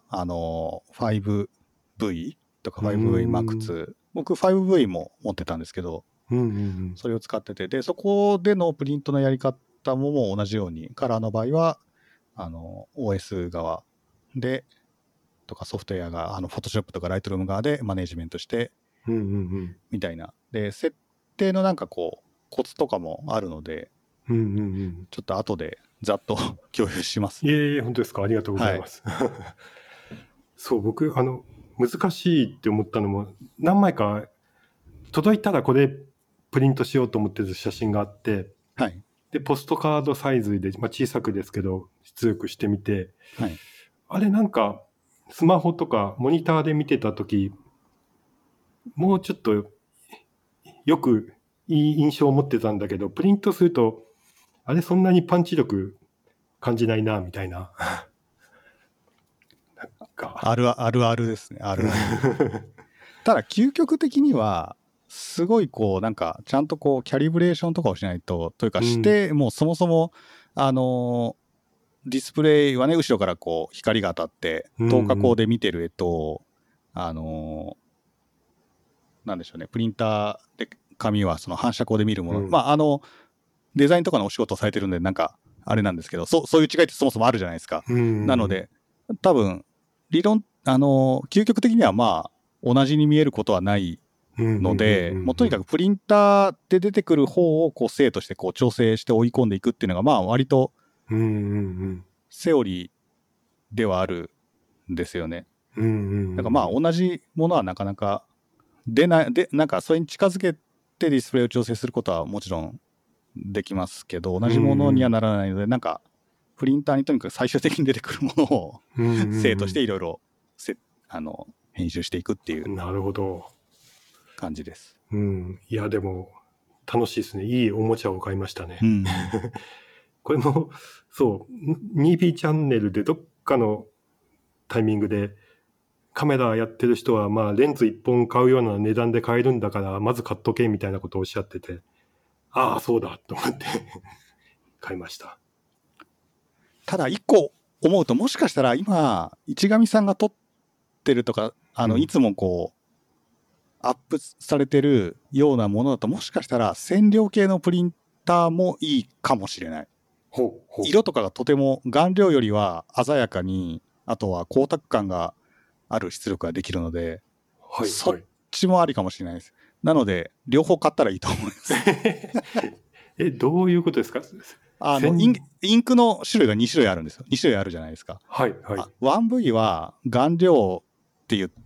5V とかうー ん。 5V Max、僕 5V も持ってたんですけど、 うんうんうん。 それを使ってて、で、そこでのプリントのやり方も同じように、カラーの場合は、OS 側で、とかソフトウェアが、Photoshop とか Lightroom 側でマネジメントして、 うんうんうん。 みたいな。で、設定のなんかこう、コツとかもあるので、 うんうんうん。 ちょっと後でざっと共有します。 いえいえ、本当ですか。ありがとうござはい。 います。そう、僕、難しいって思ったのも、何枚か届いたらこれプリントしようと思ってる写真があって、 はい。 で、ポストカードサイズで、まあ、小さくですけど、出力してみて、 はい。 あれなんか、スマホとかモニターで見てたとき、もうちょっとよくいい印象を持ってたんだけど、プリントすると、あれそんなにパンチ力感じないな、みたいな。なんか。 あるあるですね。あるある。ただ、究極的には、すごいこう、なんか、ちゃんとこう、キャリブレーションとかをしないと、というか、 うん。 もうそもそも、ディスプレイはね、後ろからこう、光が当たって、 うん透過うん。 光で見てる絵と、あのなんでしょうね、プリンターで紙はその反射光で見るもの、 うん。 デザインとかのお仕事をされてるんで、なんか、あれなんですけど、そういう違いってそもそもあるじゃないですか。 うん。 なので、多分、究極的にはまあ、同じに見えることはないうん。うん。 ので、もうとにかくうん。 プリンターで出てくる方をこう正としてこう調整して追い込んでいくっていうのが、まあ、割とうん。うん。 セオリーではあるんですよね。 うん。うん。 だからまあ、同じものはなかなかなんかそれに近づけてディスプレイを調整することはもちろんできますけど、同じものにはならないので、なんか、プリンターにとにかく最終的に出てくるものを正としていろいろ編集していくっていうなるほど。 感じです。 うん。いや、でも、楽しいですね。いいおもちゃを買いましたね。 うん。 これも、そう、2B チャンネルでどっかのタイミングで、カメラやってる人は、まあ、レンズ1本買うような値段で買えるんだから、まず買っとけ、みたいなことをおっしゃってて、ああ、そうだ、と思って買いました。 ただ一個思うと、もしかしたら今、市上さんが撮ってるとか、いつもこう、アップされてるようなものだと、もしかしたら染料系のプリンターもいいかもしれない。 ほうほう。 色とかがとても顔料よりは鮮やかに、あとは光沢感がある出力ができるので、そっはいはい。 ちもありかもしれないです。なので、両方買ったらいいと思います。 どういうことですか？ インクの種類が2種類あるんですよ。2種類あるじゃないですか。 はいはい。 1V は顔料って言って、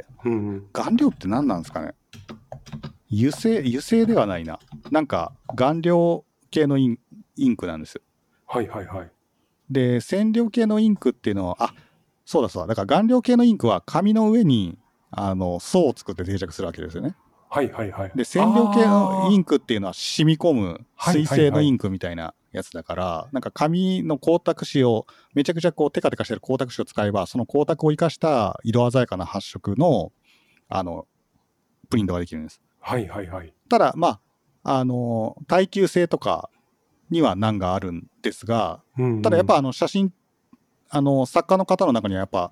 うんうん。 顔料って何なんですかね。油性ではないな。なんか顔料系のインクなんですよ。 はいはいはい。 で、染料系のインクっていうのは、そうだそうだ。だから顔料系のインクは紙の上に、層を作って定着するわけですよね。 はいはいはい。 で、染料系のインあクっていうのは染み込むはい水はいはい。 性のインクみたいなやつだから、なんか紙の光沢紙を、めちゃくちゃこうテカテカしてる光沢紙を使えば、その光沢を生かした色鮮やかな発色の、あの、 プリントができるんです。 はいはいはい。 ただ、耐久性とかには難があるんですが、 うんうん、 ただやっぱ写真、作家の方の中にはやっぱ、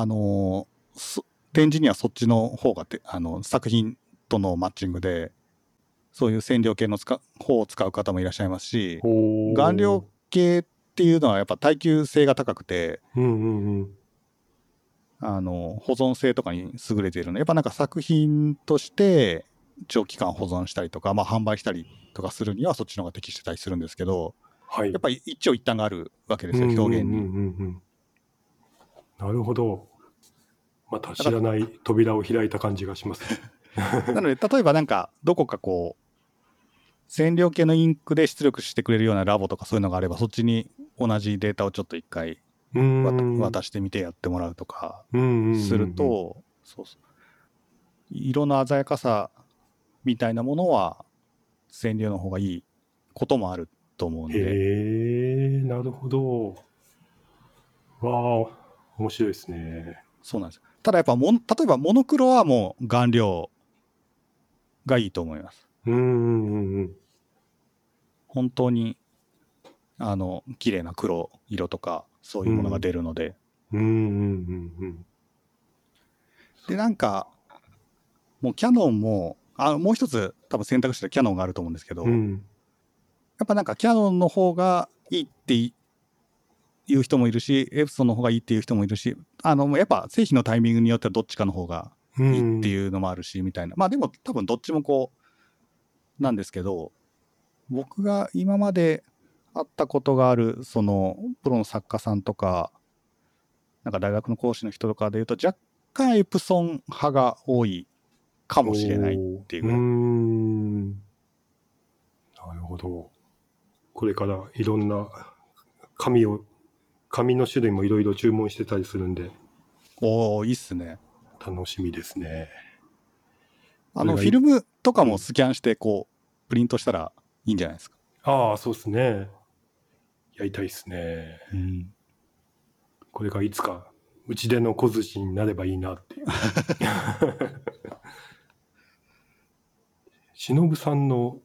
展示にはそっちの方が作品とのマッチングで、そういう染料系の方を使う方もいらっしゃいますし、顔料系っていうのはやっぱ耐久性が高くて、 うんうんうん、 保存性とかに優れているので、やっぱなんか作品として長期間保存したりとか、販売したりとかするにはそっちの方が適してたりするんですけど、 はい、 やっぱり一長一短があるわけですよ、 うんうん表現に。 うんうんうん。なるほど。まただから知らない扉を開いた感じがします。 なので、例えばなんか、どこかこう、染料系のインクで出力してくれるようなラボとかそういうのがあれば、そっちに同じデータをちょっと一回渡してみてやってもらうとかすると、そうそう、色の鮮やかさみたいなものは染料の方がいいこともあると思うんで。 へえ、なるほど。わあ、面白いですね。 そうなんです。ただやっぱ例えばモノクロはもう顔料がいいと思います。本当に綺麗な黒色とかそういうものが出るので。でなんかもうキヤノンももう一つ多分選択肢でキヤノンがあると思うんですけど、やっぱなんかキヤノンの方がいいっていう人もいるし、エプソンの方がいいっていう人もいるし、やっぱ製品のタイミングによってはどっちかの方がいいっていうのもあるしみたいな。でも多分どっちもこうなんですけど、僕が今まで会ったことがあるそのプロの作家さんとか、なんか大学の講師の人とかでいうと若干エプソン派が多いかもしれないっていうぐらい。 なるほど。これからいろんな紙の種類もいろいろ注文してたりするんで。 おー、いいっすね。 楽しみですね。 フィルムとかもスキャンしてこう、プリントしたらいいんじゃないですか。 ああ、そうですね。やりたいですね。これがいつかうちでの小槌になればいいなっていう。忍さんの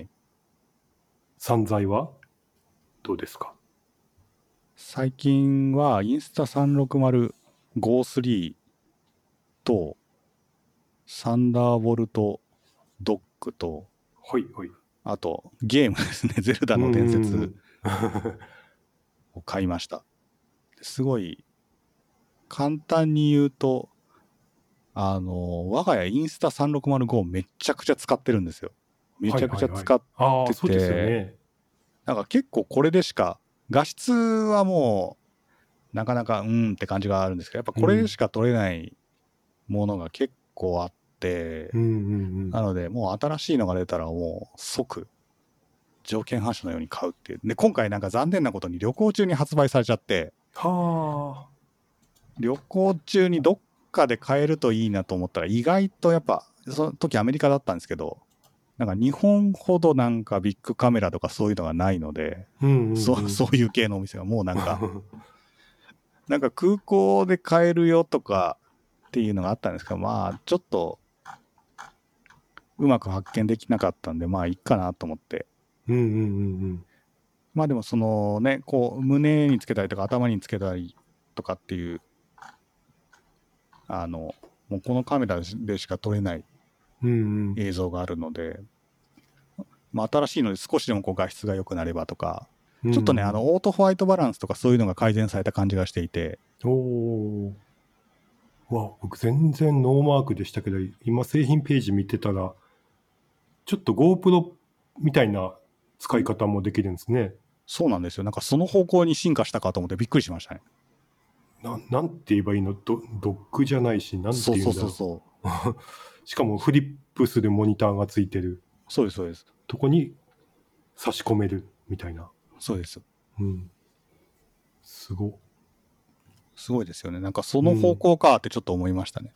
散財はどうですか？ 最近はインスタ360-53とサンダーボルトドッグと、 はいはい。 あとゲームですね、ゼルダの伝説を買いました。すごい簡単に言うと、我が家インスタ3605めちゃくちゃ使ってるんですよ。めちゃくちゃ使ってて、なんか結構これでしか、画質はもうなかなかって感じがあるんですけど、やっぱこれでしか撮れないものが結構あって、なのでもう新しいのが出たらもう即条件反射のように買うっていう。で、今回なんか残念なことに旅行中に発売されちゃって、旅行中にどっかで買えるといいなと思ったら、意外とやっぱその時アメリカだったんですけど、なんか日本ほどなんかビッグカメラとかそういうのがないので、そういう系のお店がもうなんかなんか空港で買えるよとかっていうのがあったんですけど、ちょっとうまく発見できなかったんで、いいかなと思って。でもそのね、こう胸につけたりとか頭につけたりとかっていう、もうこのカメラでしか撮れない映像があるので、新しいので少しでもこう画質が良くなればとか、ちょっとね、オートホワイトバランスとかそういうのが改善された感じがしていて。 僕全然ノーマークでしたけど、今製品ページ見てたら、ちょっと GoPro みたいな使い方もできるんですね。 そうなんですよ。なんかその方向に進化したかと思ってびっくりしましたね。 なんて言えばいいの？ドックじゃないし、なんて言うんだろう。 そうしかもフリップするモニターがついてる。 そうです、そうです。 とこに差し込めるみたいな。 そうです。 すごいですよね。なんかその方向かってちょっと思いましたね。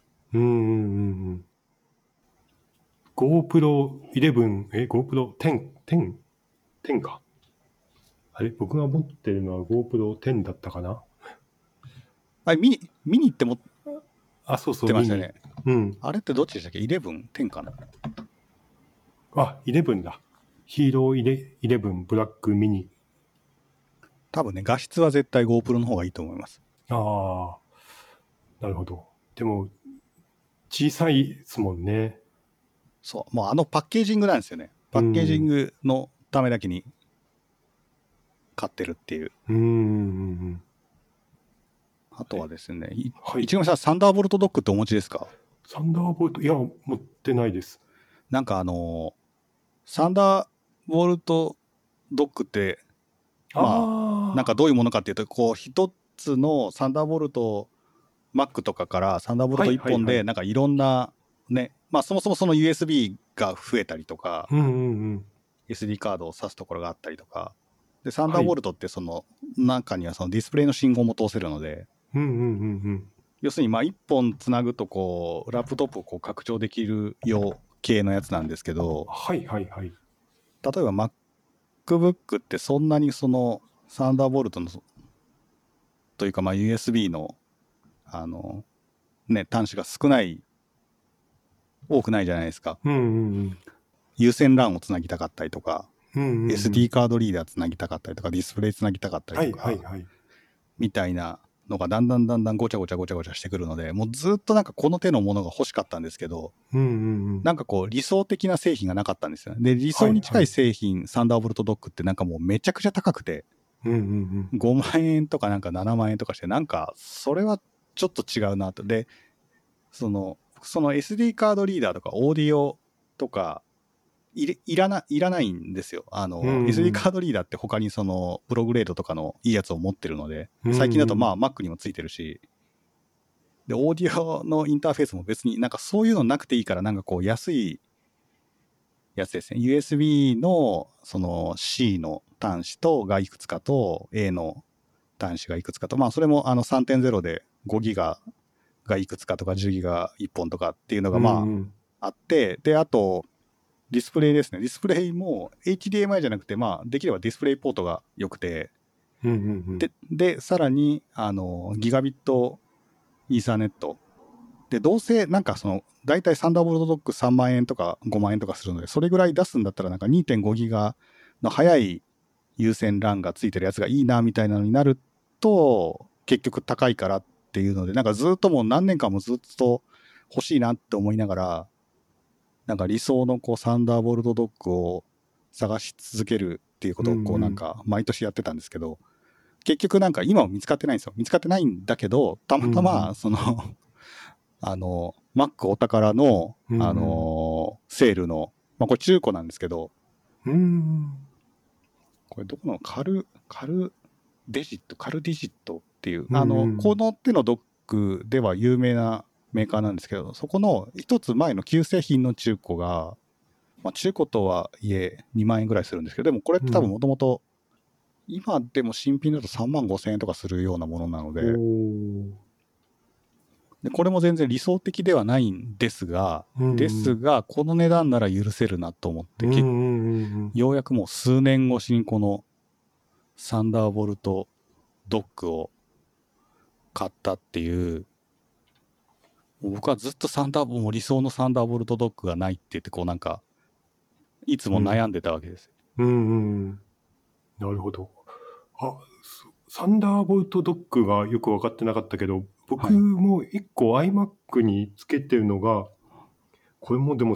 GoPro 11、GoPro 10か。あれ、僕が持ってるのは GoPro 10だったかな。 見に行ってもあ、そうそう、 出ましたね。 ミニ。うん。 あれってどっちでしたっけ？ 11？ 10かな？ あ、11だ。ヒーロー11ブラックミニ。 多分ね、画質は絶対 GoPro の方がいいと思います。 ああ、なるほど。でも、小さいですもんね。 そう、もうパッケージングなんですよね。パッケージングのためだけに買ってるっていう。あとはですね、 はい。 一宮さん、サンダーボルトドックってお持ちですか？ サンダーボルト、いや、持ってないです。 なんかサンダーボルトドックって、まあ、なんかあどういうものかっていうと、こう、一つのサンダーボルト Mac とかからサンダーボあ、はいルト1本で、 はいはい。 なんかいろんな、ね、まあそもそもその USB が増えたりとか、 うんうんうん。 SD カードを挿すところがあったりとか、で、サンダはい。 ーボルトってその中にはそのディスプレイの信号も通せるので、 うんうんうんうん。 要するにまあ1本つなぐとこう、ラップトップをこう拡張できる用系のやつなんですけど、 はいはいはい。 例えば MacBook ってそんなにそのサンダーボルトのというかまあ USB の端子が多くないじゃないですか。 うんうんうん。 有線 LAN をつなぎたかったりとか、 うんうんうん。 SD カードリーダーつなぎたかったりとか、ディスプレイつなぎたかったりはいはとか、 いはい。 みたいなのがだんだんごちゃごちゃしてくるので、もうずっとなんかこの手のものが欲しかったんですけど、 うんうんうん。 なんかこう理想的な製品がなかったんですよね。で、理想に近いはいはい。 製品、サンダーボルトドックってなんかもうめちゃくちゃ高くて、 うんうん 5万円とかなんか7万円とかして、なんかそれはちょっと違うなと。で、その SD カードリーダーとかオーディオとかいらないんですよ。 うん。うんう SD ん。 カードリーダーって他にそのプログレードとかのいいやつを持ってるので、 うん最近だとまあうん。 Mac にもついてるし、で、オーディオのインターフェースも別になんかそういうのなくていいから、なんかこう安いやつですね。USB のその C の端子とがいくつかと A の端子がいくつかと、まあそれも3.0 で5ギガがいくつかとか10ギガ1本とかっていうのがうんまうん。 ああって、で、あとディスプレイですね。ディスプレイも HDMI じゃなくて、まあできればディスプレイポートが良くて、 うんうんうん。 で、さらにギガビットイーサネットで、どうせなんか大体サンダーボルトドック3万円とか5万円とかするので、それぐらい出すんだったらなんか2.5ギガの速い有線 LAN がついてるやつがいいなみたいなのになると、結局高いからっていうので、なんかずっともう何年間もずっと欲しいなって思いながら、なんか理想のこうサンダーボルトドックを探し続けるっていうことをこうなんか毎年やってたんですけど、結局なんか今も見つかってないんですよ。見つかってないんだけど、たまたまMac お宝の、 うんうん。 セールの、まあこれ中古なんですけど、 うん。 これどこのカルデジットっていう、 うんうん。 この手のドックでは有名なメーカーなんですけど、そこの一つ前の旧製品の中古が、まあ、中古とはいえ2万円ぐらいするんですけど、でもこれって多分もともと、今でも新品だと3万5千円とかするようなものなのおで、 ー。 でこれも全然理想的ではないんですが、 うんこの値段なら許せるなと思って、 うん。うんうんうんようやくもう数年越しにこのサンダーボルトドックを買ったっていう、僕はずっともう理想のサンダーボルトドックがないって言って、こうなんか、いつもうん。 悩んでたわけです。 うんうんうん。なるほど。あ、サンダーボルトドックがよく分かってなかったけど、僕はい。 も一個 iMac につけてるのが、これもでも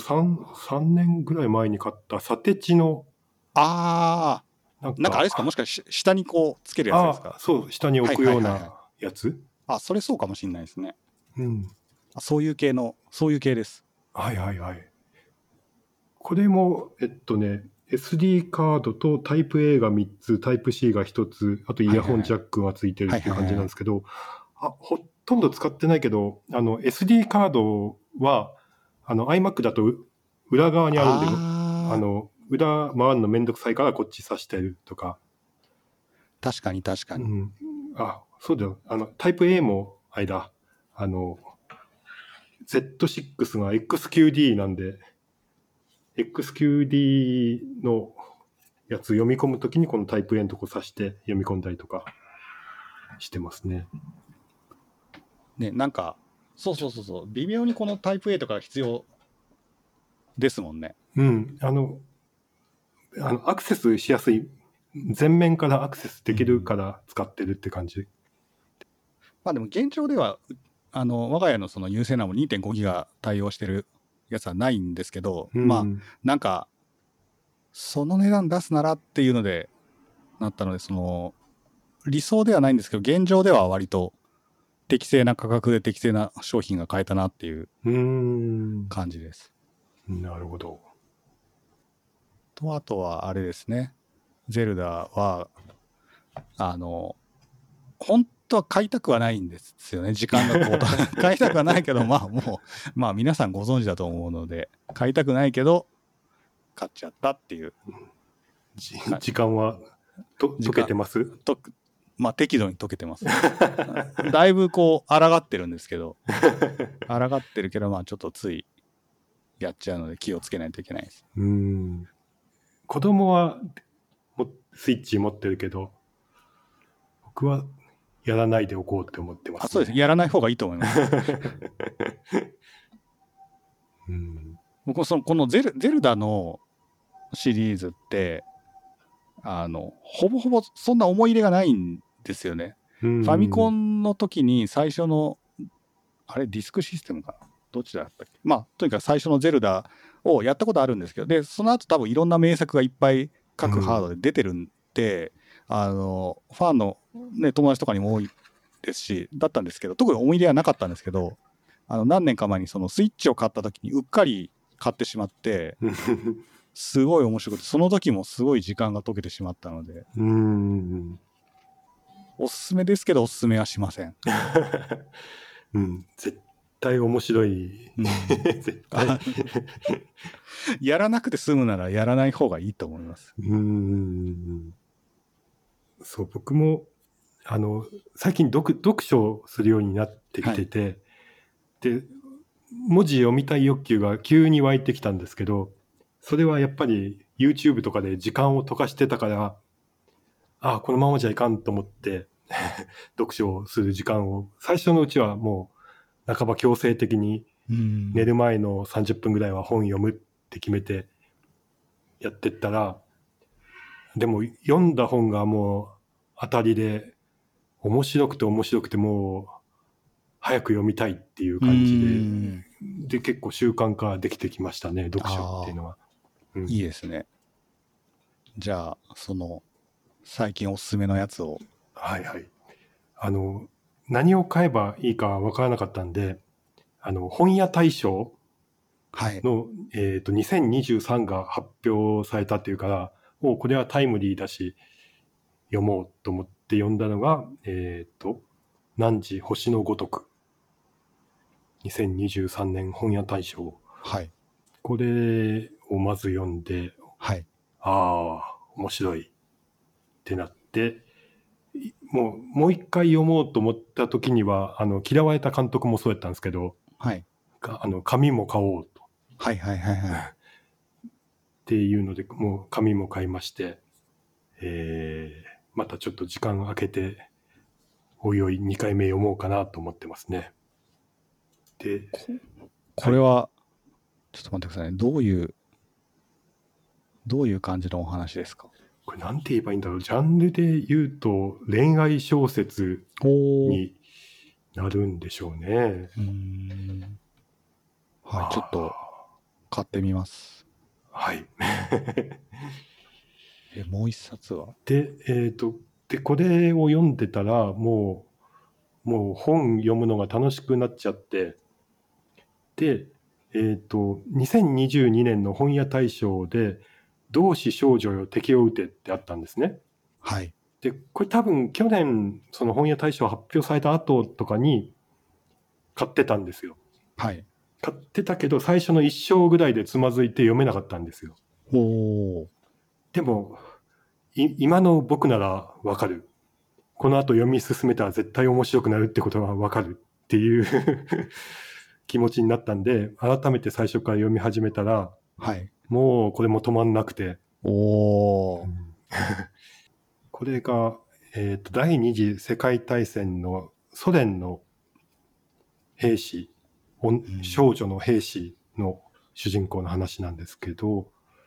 3年ぐらい前に買ったサテチの、 あー、なんかあなんか、 れですか？もしかして下にこうつけるやつですか？ そう、下に置はいくようなはいはいはい。 やつ。 あ、それそうかもしれないですね。 うん。 そういう系です。 はいはいはい。これも、SD カードとタイプ A が3つ、タイプ C が1つ、あとイヤホンはいはいはい。 ジャックがついてるはいっていう感じはいはいはい。 なんですけど、ほとんど使ってないけど、SD カードは、iMac だと裏側にあるんで、 あ裏回るのめんどくさいからこっち挿してるとか。 ー、確かに確かに。 うん。そうだよ。タイプ A も、あれだ。あの、Z6 が XQD なんで、XQD のやつ読み込むときにこのタイプ A のとこ挿して読み込んだりとかしてますね。 ね、なんか、 そうそうそうそう。微妙にこのタイプ A とか必要ですもんね。 うん。アクセスしやすい、全面からアクセスできるから使ってるって感じ。 まあでも現状では、我が家のその有線 LAN も 2.5 ギガ対応してるやつはないんですけど、 うん、 まあ、なんか、その値段出すならっていうので、なったので、その、理想ではないんですけど、現状では割と適正な価格で適正な商品が買えたなっていう感じです。 なるほど。 と、あとはあれですね。ゼルダは、本当は買いたくはないんですよね。時間がこうと。買いたくはないけど、まあもう、まあ皆さんご存知だと思うので、買いたくないけど、買っちゃったっていう。 時間は解けてます？ まあ適度に解けてます。だいぶこう、抗ってるんですけど、抗ってるけど、まあちょっとついやっちゃうので気をつけないといけないです。 子供はスイッチ持ってるけど、僕はやらないでおこうって思ってますね。 そうです。やらない方がいいと思います。僕もこのゼルダのシリーズって、ほぼほぼそんな思い入れがないんですよね。ファミコンの時に最初の、あれ、ディスクシステムかな、どっちだったっけ。まあ、とにかく最初のゼルダをやったことあるんですけど、で、その後多分いろんな名作がいっぱい各ハードで出てるんで、ファンの、ね、友達とかにも多いですし、だったんですけど、特に思い入れはなかったんですけど、何年か前にそのスイッチを買った時にうっかり買ってしまって、すごい面白くて、その時もすごい時間が解けてしまったので、おすすめですけど、おすすめはしません。 絶対面白い。絶対やらなくて済むならやらない方がいいと思います。 そう、僕も、最近読書をするようになってきてて、はい、で、文字読みたい欲求が急に湧いてきたんですけど、それはやっぱり YouTube とかで時間を溶かしてたから、このままじゃいかんと思って読書をする時間を最初のうちはもう半ば強制的に寝る前の30分ぐらいは本読むって決めてやってったら、でも読んだ本がもう当たりで面白くてもう早く読みたいっていう感じで結構習慣化できてきましたね、読書っていうのは。 いいですね。じゃあその最近おすすめのやつを。 はいはい。何を買えばいいかわからなかったんで、本屋大賞の、2023が発表されたっていうから、これはタイムリーだし、読もうと思って読んだのが、汝星のごとく。2023年本屋大賞。 はい。 これをまず読んで、 はい。 面白いってなって、もう一回読もうと思った時には、嫌われた監督もそうやったんですけど、 はい。 紙も買おうと。 はいはいはいはい。 っていうので、もう紙も買いまして、またちょっと時間空けて、おいおい2回目読もうかなと思ってますね。で、 これは、ちょっと待ってくださいね。どういう感じのお話ですか？ これなんて言えばいいんだろう。ジャンルで言うと恋愛小説になるんでしょうね。 はい、ちょっと買ってみます。 はい。 もう一冊は？ で、これを読んでたら、もう本読むのが楽しくなっちゃって、で、2022年の本屋大賞で、同志少女よ敵を撃てってあったんですね。 はい。 で、これ多分去年、その本屋大賞発表された後とかに買ってたんですよ。 はい。 買ってたけど、最初の1章ぐらいでつまずいて読めなかったんですよ。でも、今の僕ならわかる。この後読み進めたら絶対面白くなるってことがわかるっていう気持ちになったんで、改めて最初から読み始めたら、 はい、 もうこれも止まんなくて。これが、第二次世界大戦のソ連の兵士、少女の兵士の主人公の話なんですけど、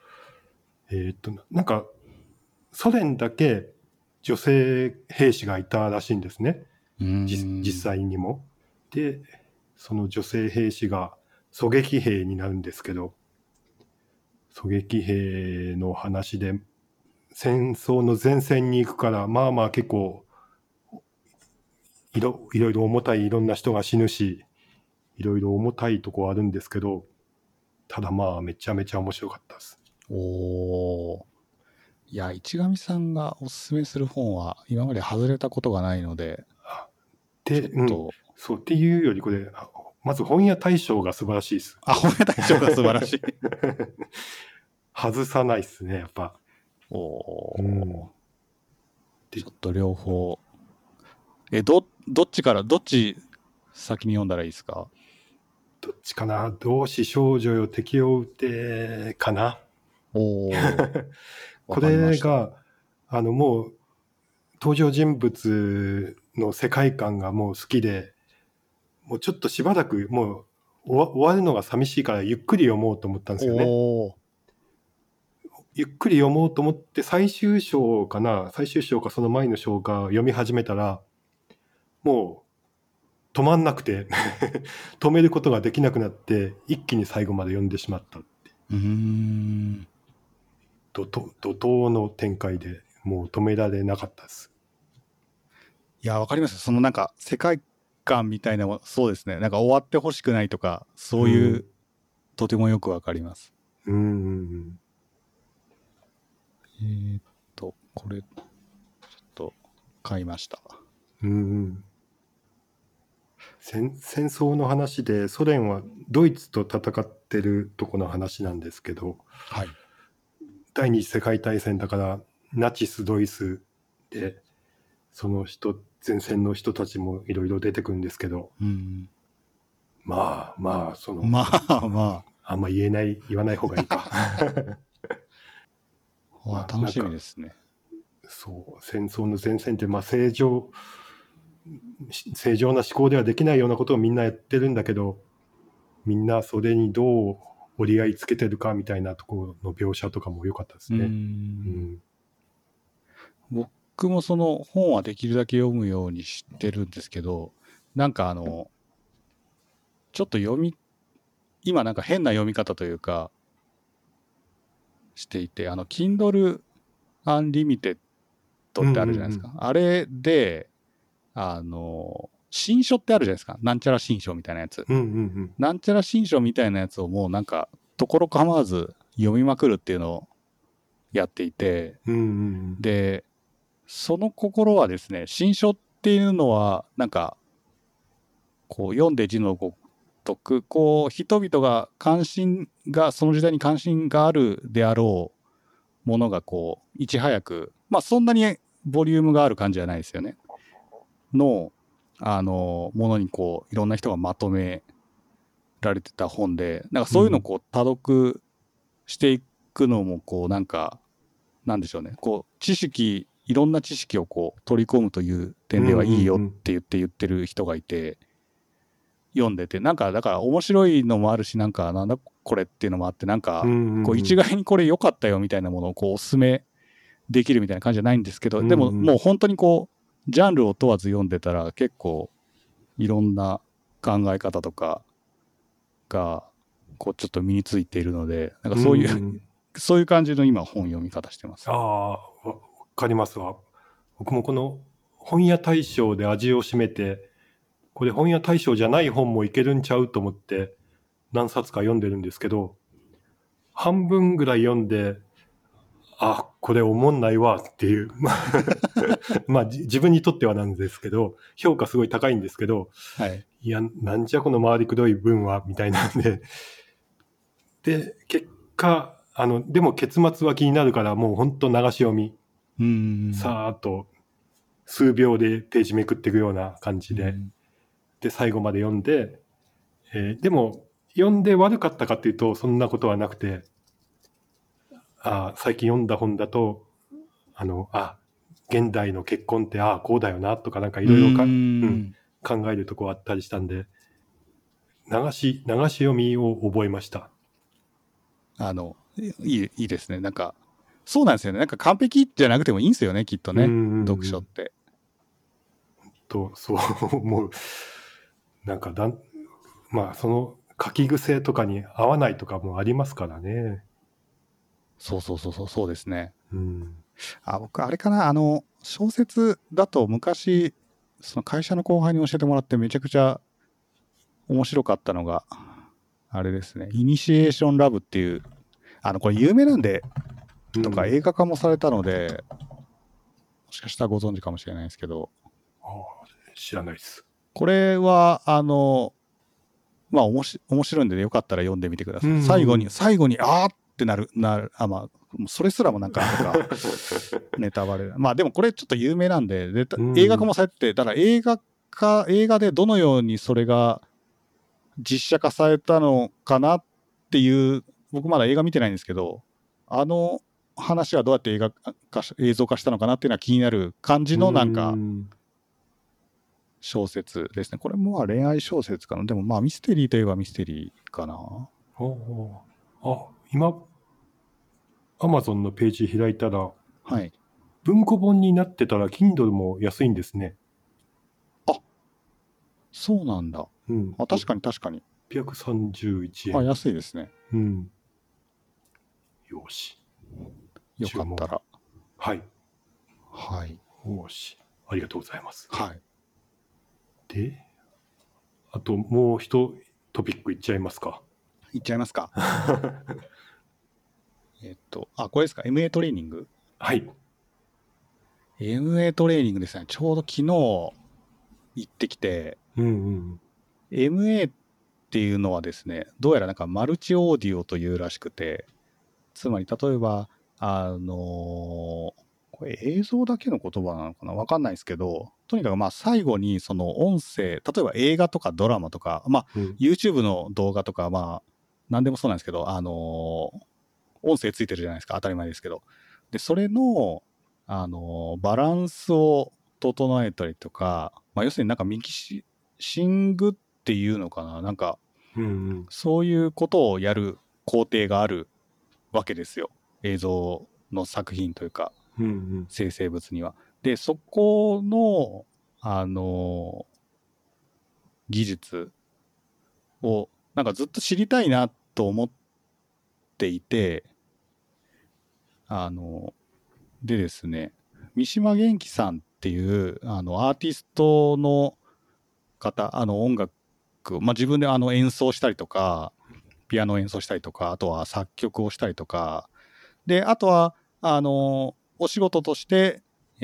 なんかソ連だけ女性兵士がいたらしいんですね。実際にも。で、その女性兵士が狙撃兵になるんですけど、狙撃兵の話で戦争の前線に行くから、まあまあ結構いろいろ重たい、いろんな人が死ぬし、いろいろ重たいとこあるんですけど、ただまあめちゃめちゃ面白かったです。 おー。いや、市上さんがおすすめする本は今まで外れたことがないので、 で、 ちょっと、 そうっていうよりこれ、まず本屋大賞が素晴らしいです。 本屋大賞が素晴らしい。 外さないですね、やっぱ。 おー。ちょっと両方。どっち先に読んだらいいですか？ どっちかな、同志少女よ敵を撃てかな。 おー。 これがもう登場人物の世界観がもう好きで、もうちょっとしばらくもう終わるのが寂しいからゆっくり読もうと思ったんですよね。ゆっくり読もうと思って最終章かその前の章が読み始めたら、もう止まんなくて止めることができなくなって一気に最後まで読んでしまったって。怒涛の展開でもう止められなかったです。 いや、わかります。そのなんか世界観みたいなもそうですね。なんか終わってほしくないとか、そういう、とてもよくわかります。これ、ちょっと買いました。 戦争の話で、ソ連はドイツと戦ってるとこの話なんですけど、 はい、 第二次世界大戦だからナチスドイツでその前線の人たちもいろいろ出てくるんですけど、まああんま言わない方がいいか。 楽しみですね。 そう、戦争の前線って正常な思考ではできないようなことをみんなやってるんだけど、みんなそれにどう折り合いつけてるかみたいなところの描写とかも良かったですね。 僕もその本はできるだけ読むようにしてるんですけど、なんかちょっと今なんか変な読み方というかしていて、Kindle Unlimited ってあるじゃないですか。あれで、新書ってあるじゃないですか。なんちゃら新書みたいなやつ。なんちゃら新書みたいなやつをもうなんか、ところ構わず読みまくるっていうのをやっていて、で、その心はですね、新書っていうのは、なんか、こう、読んで字のごとく、こう、人々がその時代に関心があるであろうものが、こう、いち早く、そんなにボリュームがある感じじゃないですよね。の、ものにこう、いろんな人がまとめられてた本で、なんかそういうのをこう、多読していくのも、こう、なんか、なんでしょうね。こう、いろんな知識をこう、取り込むという点ではいいよって言ってる人がいて、読んでて、なんか、だから面白いのもあるし、なんか、なんだこれっていうのもあって、なんか、こう、一概にこれ良かったよみたいなものをこう、おすすめできるみたいな感じじゃないんですけど、でももう本当にこう、ジャンルを問わず読んでたら結構いろんな考え方とかがこうちょっと身についているので、なんかそういう感じの今本読み方してます。 わかりますわ。僕もこの本屋大賞で味を占めて、これ本屋大賞じゃない本もいけるんちゃうと思って何冊か読んでるんですけど、半分ぐらい読んで、これおもんないわっていう。自分にとってはなんですけど、評価すごい高いんですけど、いや、なんじゃこの回りくどい文は、みたいなんで。で、結果、でも結末は気になるから、もう本当流し読み。さーっと、数秒でページめくっていくような感じで。で、最後まで読んで、でも、読んで悪かったかっていうと、そんなことはなくて、最近読んだ本だと、現代の結婚ってこうだよなとかなんかいろいろ考えるとこあったりしたんで、 流し読みを覚えました。 いいですね。なんか、そうなんですよね。なんか完璧じゃなくてもいいんですよね、きっとね。読書って。 そう思う。なんかまあその書き癖とかに合わないとかもありますからね。 そうですね。 うん、 僕、あれかな、小説だと昔、その会社の後輩に教えてもらってめちゃくちゃ面白かったのが、あれですね、イニシエーションラブっていう、これ有名なんで、とか映画化もされたので、もしかしたらご存知かもしれないですけど、 知らないです。 これは、まあ、面白いんで、よかったら読んでみてください。最後に、あーってなる、まあ、それすらもなんか、ネタバレ。まあ、でもこれちょっと有名なんで、映画化もされてて、だから映画でどのようにそれが実写化されたのかなっていう、僕まだ映画見てないんですけど、話はどうやって映像化したのかなっていうのは気になる感じのなんか、小説ですね。これも恋愛小説かな。でもまあミステリーといえばミステリーかな。 今、Amazon のページ開いたら、 はい。 文庫本になってたら Kindle も安いんですね。 そうなんだ。確かに。 631円。 安いですね。 よし。 よかったら。 はい。 はい。 よし。ありがとうございます。 はい。 で、あともう一トピックいっちゃいますか。 いっちゃいますか。これですか ?MA トレーニング？ はい。 MA トレーニングですね。ちょうど昨日行ってきて、MA っていうのはですね、どうやらなんかマルチオーディオというらしくて、つまり例えば、これ映像だけの言葉なのかなわかんないですけど、とにかくまあ最後にその音声、例えば映画とかドラマとか、まあ YouTube の動画とか、まあ何でもそうなんですけど、音声ついてるじゃないですか、当たり前ですけど。で、それの、バランスを整えたりとか、まあ要するになんかミキシングっていうのかな、なんか、そういうことをやる工程があるわけですよ。映像の作品というか、生成物には。で、そこの、技術を、なんかずっと知りたいなと思っていて、でですね、三島元気さんっていう、アーティストの方、音楽、まあ、自分で演奏したりとか、ピアノを演奏したりとか、あとは作曲をしたりとか、で、あとは、お仕事として、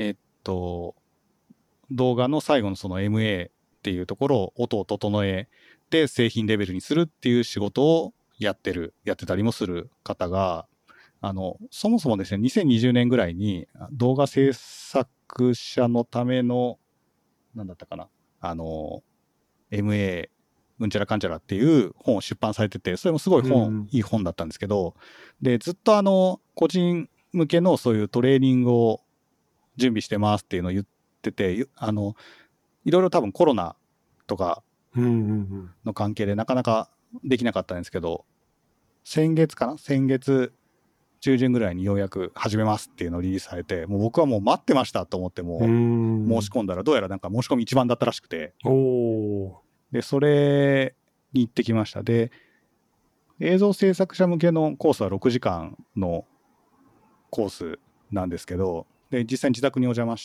動画の最後のその MA っていうところを音を整えて製品レベルにするっていう仕事をやってたりもする方が、そもそもですね、2020年ぐらいに動画制作者のための、なんだったかな、MA うんちゃらかんちゃらっていう本を出版されてて、それもすごいいい本だったんですけど、で、ずっと個人向けのそういうトレーニングを準備してますっていうのを言ってて、いろいろ多分コロナとかの関係でなかなかできなかったんですけど、先月中旬ぐらいにようやく始めますっていうのをリリースされて、もう僕はもう待ってましたと思っても申し込んだら、どうやらなんか申し込み一番だったらしくて、で、それに行ってきました。で、映像制作者向けのコースは6時間のコースなんですけど、で、実際に自宅にお邪魔して、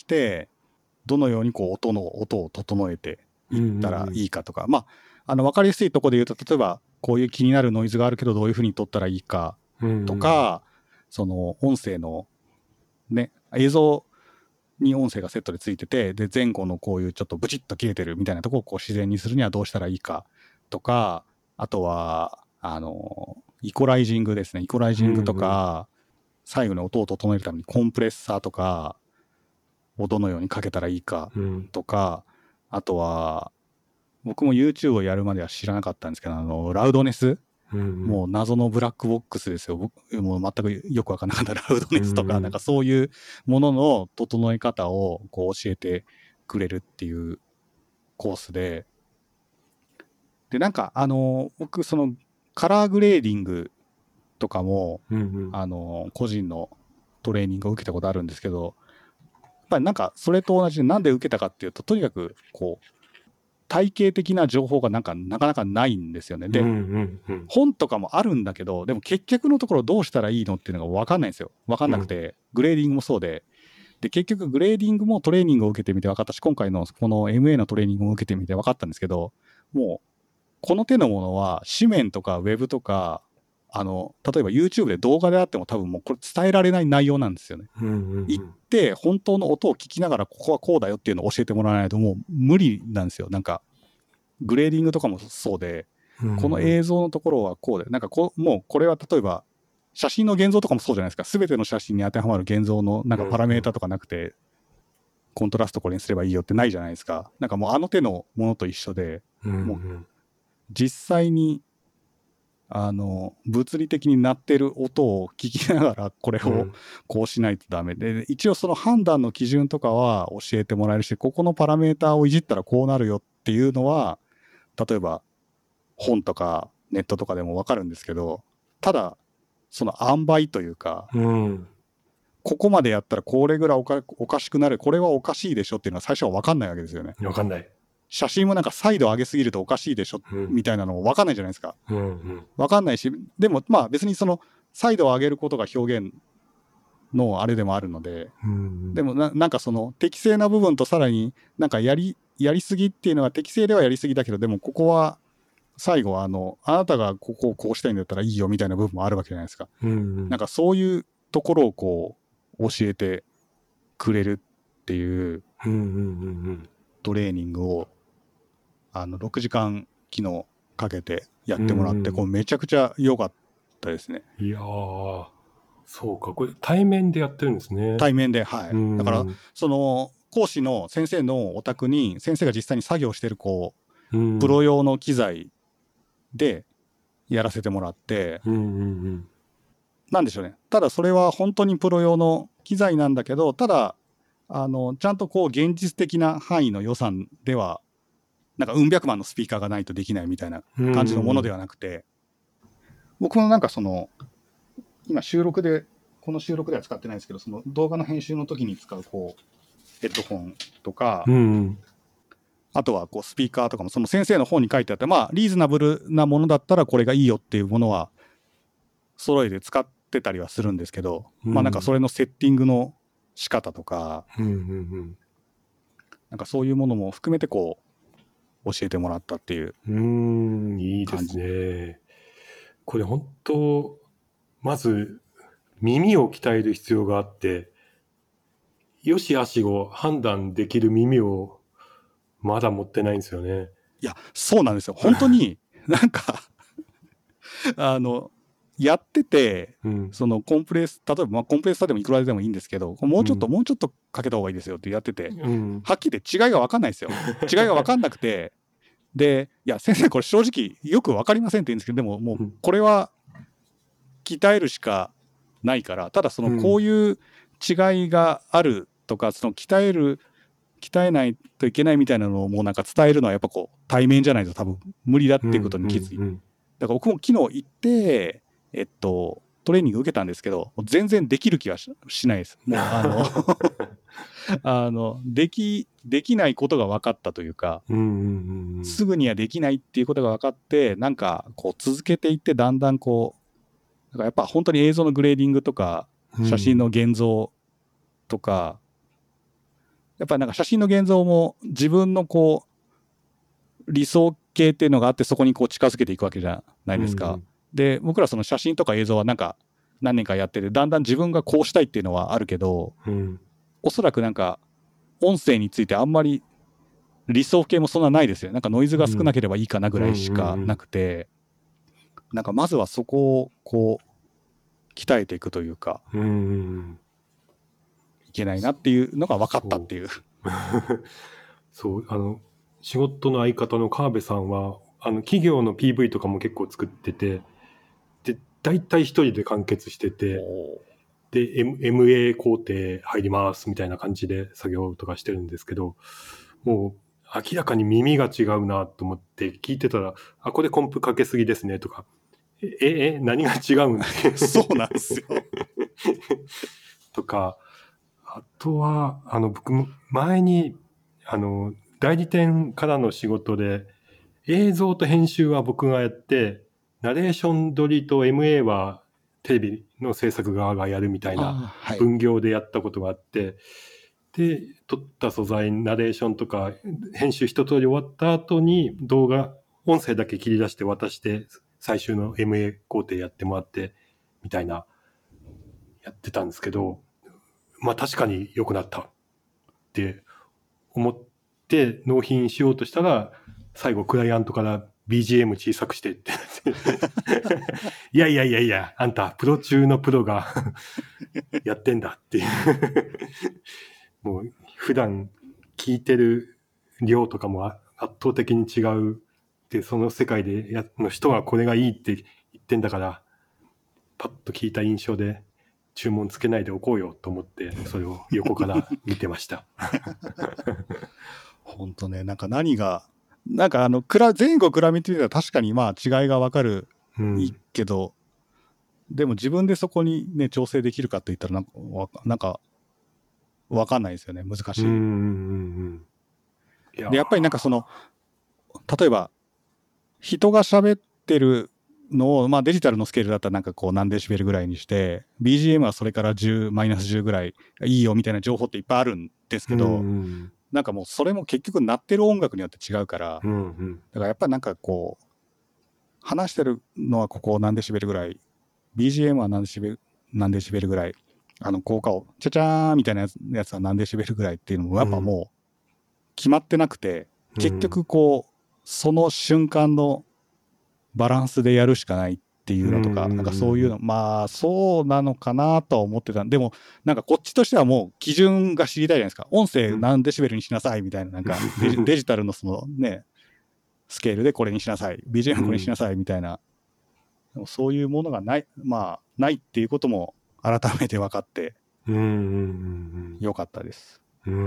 どのようにこう音を整えていったらいいかとか、まあ、分かりやすいところで言うと、例えばこういう気になるノイズがあるけどどういうふうに撮ったらいいかとか、その音声のね、映像に音声がセットでついてて、で、前後のこういうちょっとブチッと切れてるみたいなところをこう自然にするにはどうしたらいいかとか、あとは、イコライジングですね。イコライジングとか、最後に音を整えるためにコンプレッサーとかをどのようにかけたらいいかとか、あとは、僕も YouTube をやるまでは知らなかったんですけど、ラウドネス、もう謎のブラックボックスですよ。僕もう全くよくわからなかったラウドネスとか、なんかそういうものの整え方をこう教えてくれるっていうコースで、 で、なんか、僕、その、カラーグレーディングとかも、 うん個人のトレーニングを受けたことあるんですけど、やっぱりなんか、それと同じで、なんで受けたかっていうと、とにかく、こう、体系的な情報がなかなかないんですよね。で、本とかもあるんだけど、でも結局のところどうしたらいいのっていうのが分かんないんですよ。分かんなくて、グレーディングもそうで、で、結局グレーディングもトレーニングを受けてみて分かったし、今回のこの MA のトレーニングを受けてみて分かったんですけど、もう、この手のものは紙面とかウェブとか、例えば YouTube で動画であっても多分もうこれ伝えられない内容なんですよね。行って本当の音を聞きながらここはこうだよっていうのを教えてもらわないともう無理なんですよ。なんかグレーディングとかもそうで、この映像のところはこうで、なんかもうこれは例えば写真の現像とかもそうじゃないですか。すべての写真に当てはまる現像のなんかパラメータとかなくて、コントラストこれにすればいいよってないじゃないですか。なんかもうあの手のものと一緒で、もう実際に物理的に鳴ってる音を聞きながらこれをこうしないとダメで、一応その判断の基準とかは教えてもらえるし、ここのパラメータをいじったらこうなるよっていうのは例えば本とかネットとかでも分かるんですけど、ただその塩梅というか、ここまでやったらこれぐらいおかしくなる、これはおかしいでしょっていうのは最初は分かんないわけですよね。 分かんない。 写真もなんか再度上げすぎるとおかしいでしょ、みたいなのも分かんないじゃないですか。分かんないし、でもまあ別にその再度上げることが表現のあれでもあるので、でもなんかその適正な部分とさらになんかやりすぎっていうのは適正ではやりすぎだけど、でもここは最後はあなたがここをこうしたいんだったらいいよみたいな部分もあるわけじゃないですか。なんかそういうところをこう教えてくれるっていうトレーニングを6時間昨日かけてやってもらって、こうめちゃくちゃ良かったですね。 いやー、そうか、これ対面でやってるんですね。 対面で、はい。だからその講師の先生のお宅に先生が実際に作業してるこうプロ用の機材でやらせてもらって、なんでしょうね。ただそれは本当にプロ用の機材なんだけど、ただちゃんとこう現実的な範囲の予算ではなんか百万のスピーカーがないとできないみたいな感じのものではなくて、僕もなんかその今この収録では使ってないんですけど、その動画の編集の時に使うこうヘッドホンとか、あとはこうスピーカーとかもその先生の方に書いてあって、まあリーズナブルなものだったらこれがいいよっていうものは揃えて使ってたりはするんですけど、まあなんかそれのセッティングの仕方とか、なんかそういうものも含めてこう教えてもらったっていう感じ。 いいですね。これ本当まず耳を鍛える必要があって、よし悪しを判断できる耳をまだ持ってないんですよね。 いや、そうなんですよ。本当になんかやってて、そのコンプレッサー、例えばまあコンプレッサーでもいくらでもいいんですけど、もうちょっとかけた方がいいですよってやってて、はっきり言って違いが分かんないですよ。違いが分かんなくて、で、いや、先生これ正直よく分かりませんって言うんですけど、でももうこれは鍛えるしかないから、ただそのこういう違いがあるとか、その鍛えないといけないみたいなのをもうなんか伝えるのはやっぱこう対面じゃないと多分無理だっていうことに気づいて、だから僕も昨日行ってトレーニング受けたんですけど、全然できる気はしないです。もうできないことが分かったというか、すぐにはできないっていうことが分かって、なんかこう続けていってだんだんこうだからやっぱ本当に映像のグレーディングとか写真の現像とか、やっぱりなんか写真の現像も自分のこう理想形っていうのがあって、そこにこう近づけていくわけじゃないですか。で、僕らその写真とか映像はなんか何年かやってて、だんだん自分がこうしたいっていうのはあるけど、おそらくなんか音声についてあんまり理想形もそんなないですよ。なんかノイズが少なければいいかなぐらいしかなくて、なんかまずはそこをこう鍛えていくというか、いけないなっていうのが分かったっていう。 そう、仕事の相方の川辺さんは、企業の PV とかも結構作ってて、で、大体一人で完結してて、で、MA 工程入りますみたいな感じで作業とかしてるんですけど、も明らかに耳が違うなと思って聞いてたら、あ、これコンプかけすぎですねとか、何が違うんってそうなんですよ。 とか、あとは、僕、前に、代理店からの仕事で、映像と編集は僕がやって、ナレーション撮りと MA はテレビの制作側がやるみたいなはい。 分業でやったことがあって、で、撮った素材、ナレーションとか、編集一通り終わった後に動画、音声だけ切り出して渡して、最終の MA 工程やってもらって、みたいな、やってたんですけど、まあ確かに良くなったって思って納品しようとしたら、最後クライアントから BGM 小さくしてっていやいやいやいや、あんたプロ中のプロがやってんだっていうもう普段聞いてる量とかも圧倒的に違うで、その世界での人がこれがいいって言ってんだから、パッと聞いた印象で注文つけないでおこうよと思って、それを横から見てました。 本当ね、なんか何が、なんか前後比べてみたら確かにまあ違いがわかる、いいけど、でも自分でそこにね、調整できるかって言ったらなんかわかんないですよね。難しい。で、やっぱりなんか例えば、人が喋ってるのを、まあデジタルのスケールだったらなんかこう何デシベルぐらいにして、BGM はそれから10、マイナス10ぐらいいいよみたいな情報っていっぱいあるんですけど、なんかもうそれも結局鳴ってる音楽によって違うから、だからやっぱりなんかこう、話してるのはここ何デシベルぐらい、BGM は何デシベルぐらい、効果を、チャチャーみたいなやつは何デシベルぐらいっていうのもやっぱもう決まってなくて、結局こう、その瞬間のバランスでやるしかないっていうのとか、なんかそういうの、まあそうなのかなとは思ってた。でも、なんかこっちとしてはもう基準が知りたいじゃないですか。音声何デシベルにしなさいみたいな、なんかデジタルのそのね、スケールでこれにしなさい、BGM これにしなさいみたいな、でもそういうものがない、まあないっていうことも改めて分かって、よかったです。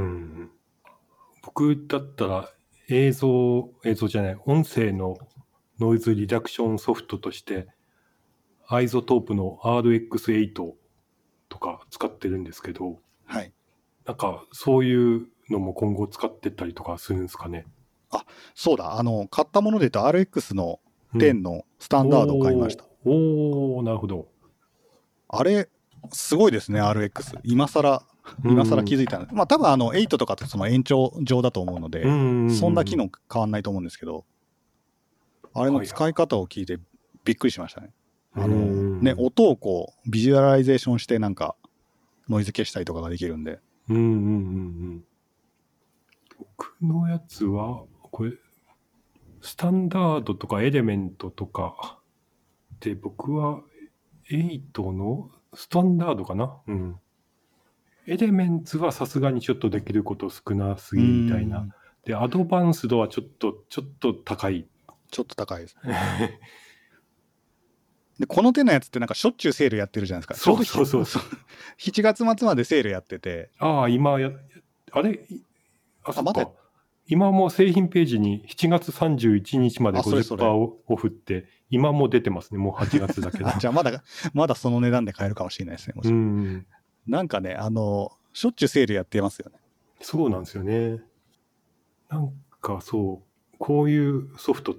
僕だったら映像じゃない、音声のノイズリダクションソフトとして、アイゾトープの RX8 とか使ってるんですけど、 はい。 なんかそういうのも今後使ってったりとかするんですかね。 あ、そうだ、買ったもので言うと RX の10のスタンダードを買いました。 おー、なるほど。 あれ、すごいですね、RX。今更気づいたの。まあ多分8とかとその延長上だと思うので、そんな機能変わんないと思うんですけど、あれの使い方を聞いてびっくりしましたね。ね、音をこう、ビジュアライゼーションしてなんか、ノイズ消したりとかができるんで。 僕のやつは、これ、スタンダードとかエレメントとか、で、僕は8のスタンダードかな。エレメンツはさすがにちょっとできること少なすぎみたいな。で、アドバンスドはちょっと高い。 ちょっと高いです。で、この手のやつってなんかしょっちゅうセールやってるじゃないですか。 そう。 7月末までセールやってて。 ああ、今あれあ、そっまだか。今も製品ページに7月31日まで 50% オフって、今も出てますね。もう8月だけど。 じゃあまだその値段で買えるかもしれないですね。もちろん。なんかね、しょっちゅうセールやってますよね。 そうなんですよね。なんかそう、こういうソフトって、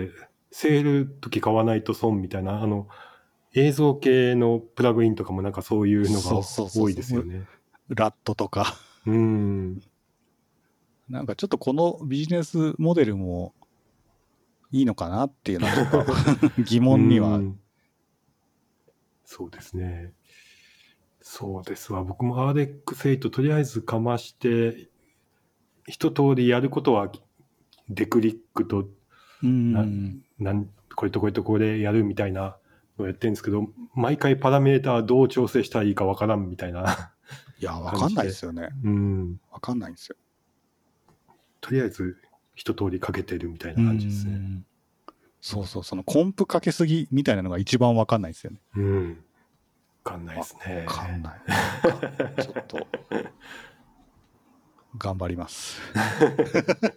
セール時買わないと損みたいな、映像系のプラグインとかもなんかそういうのが多いですよね。 ラットとか。なんかちょっとこのビジネスモデルもいいのかなっていうのはちょっと疑問には。 そうですね。そうですわ。僕も RX8 とりあえずかまして、一通りやることはデクリックと、これとこれとこれやるみたいなのをやってるんですけど、毎回パラメータどう調整したらいいかわからんみたいな。 いや、わかんないですよね。わかんないんですよ。 とりあえず一通りかけてるみたいな感じですね。 そう、そのコンプかけすぎみたいなのが一番わかんないですよね。 わかんないですね。 わかんない。ちょっと、頑張ります。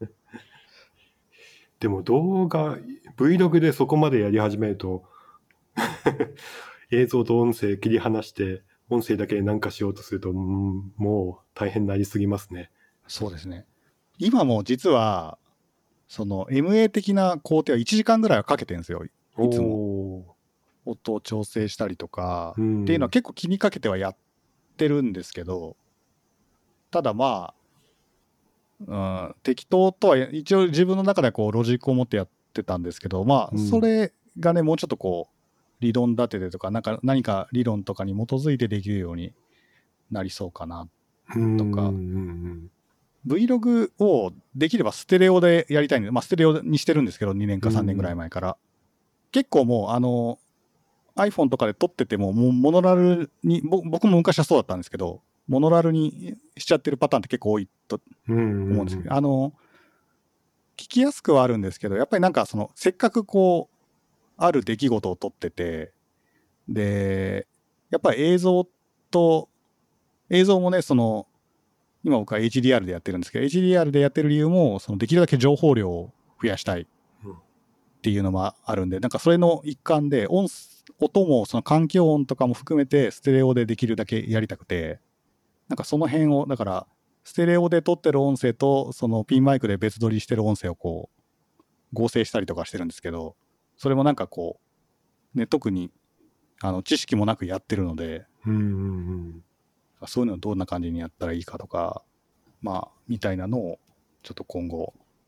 でも動画、Vlog でそこまでやり始めると、映像と音声切り離して、音声だけで何かしようとすると、もう大変になりすぎますね。 そうですね。今も実は、その MA 的な工程は1時間ぐらいはかけてるんですよ。いつも。 お音を調整したりとか、 ー、 っていうのは結構気にかけてはやってるんですけど、ただまあ、適当とは一応自分の中ではこうロジックを持ってやってたんですけど、まあそれがね、もうちょっとこう理論立ててとか、何か理論とかに基づいてできるようになりそうかなとか、Vlog をできればステレオでやりたいんで、まあステレオにしてるんですけど、2年か3年ぐらい前から。結構もうiPhone とかで撮ってても、もうモノラルに、僕も昔はそうだったんですけど、モノラルにしちゃってるパターンって結構多いと思うんですけど、聞きやすくはあるんですけど、やっぱりなんかせっかくこう、ある出来事を撮ってて、で、やっぱり映像もね、今僕は HDR でやってるんですけど、HDR でやってる理由も、できるだけ情報量を増やしたいっていうのもあるんで、なんかそれの一環で、音もその環境音とかも含めてステレオでできるだけやりたくて、なんかその辺を、だから、ステレオで撮ってる音声と、そのピンマイクで別撮りしてる音声をこう、合成したりとかしてるんですけど、それもなんかこう、ね、特に、知識もなくやってるので、そういうのをどんな感じにやったらいいかとか、まあ、みたいなのを、ちょっと今後、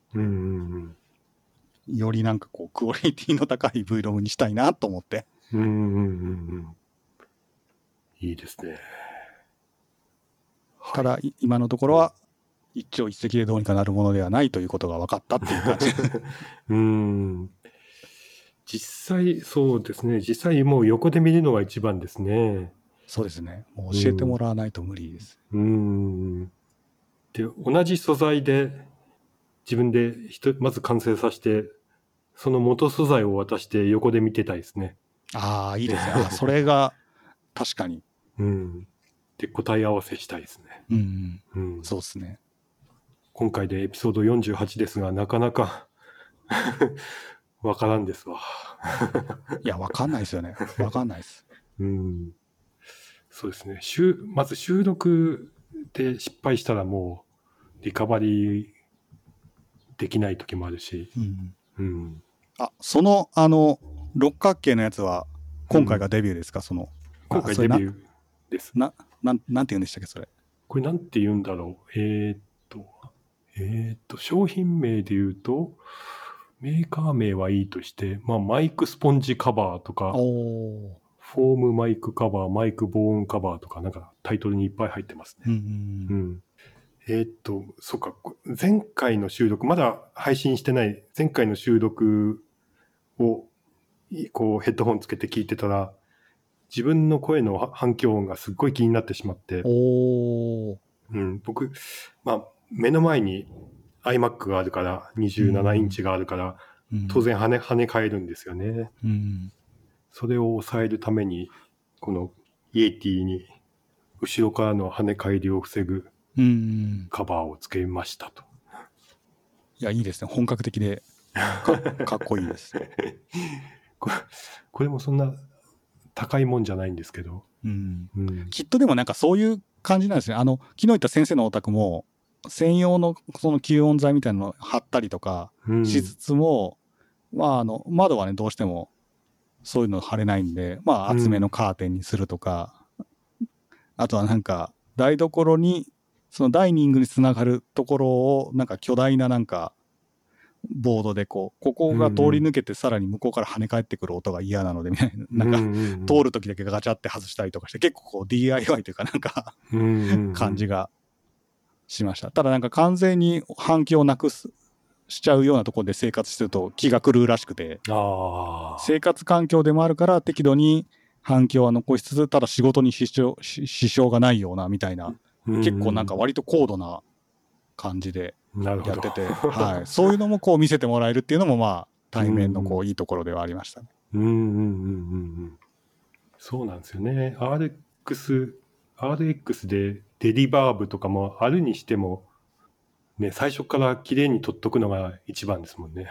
よりなんかこう、クオリティの高い Vlog にしたいなと思って。 いいですね。 ただ、今のところは、一朝一夕でどうにかなるものではないということが分かったっていう感じ。 実際、そうですね。実際もう横で見るのが一番ですね。 そうですね。もう教えてもらわないと無理です。 で、同じ素材で自分でまず完成させて、その元素材を渡して横で見てたいですね。 ああ、いいですね。それが確かに。 で、答え合わせしたいですね。 そうですね。 今回でエピソード48ですが、なかなかわからんですわ。 いや、わかんないですよね。わかんないです。 そうですね。まず収録で失敗したらもうリカバリーできない時もあるし。 あ、六角形のやつは今回がデビューですか、 今回デビューです。 なんて言うんでしたっけ、それ。 これなんて言うんだろう。商品名で言うと、メーカー名はいいとして、まあ、マイクスポンジカバーとか、フォームマイクカバー、マイクボーンカバーとか、なんかタイトルにいっぱい入ってますね。そうか、前回の収録、まだ配信してない前回の収録を、こうヘッドホンつけて聞いてたら、自分の声の反響音がすっごい気になってしまって、僕、まあ、目の前に iMac があるから、27インチがあるから、当然跳ね返るんですよね。それを抑えるために、このイエティに後ろからの跳ね返りを防ぐカバーをつけましたと。 いや、いいですね。本格的でかっこいいです。 これもそんな高いもんじゃないんですけど。 きっとでもなんかそういう感じなんですね。昨日言った先生のお宅も、専用のその吸音材みたいなのを貼ったりとかしつつも、まあ窓はね、どうしてもそういうの貼れないんで、まあ厚めのカーテンにするとか、あとはなんか台所に、そのダイニングにつながるところをなんか巨大ななんかボードでここが通り抜けてさらに向こうから跳ね返ってくる音が嫌なのでみたいな、なんか通る時だけガチャって外したりとかして、結構こう DIY というかなんか感じがしました。ただなんか完全に反響をなくしちゃうようなところで生活してると気が狂うらしくて、生活環境でもあるから適度に反響は残しつつ、ただ仕事に支障がないようなみたいな、結構なんか割と高度な感じでやってて、はい、そういうのもこう見せてもらえるっていうのもまあ対面のこういいところではありましたね。 そうなんですよね。RX でデリバーブとかもあるにしても、 ね、最初から綺麗に撮っとくのが一番ですもんね。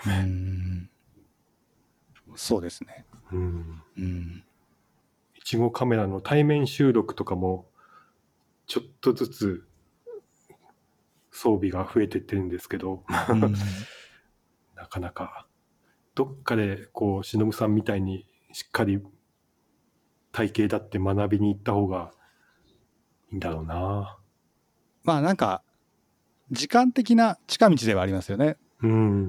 そうですね。 うん。 うん。 15カメラの対面収録とかも、ちょっとずつ装備が増えてってるんですけど、なかなか、どっかでこう、忍さんみたいにしっかり体系だって学びに行った方がいいんだろうな。 まあなんか、時間的な近道ではありますよね。 うん。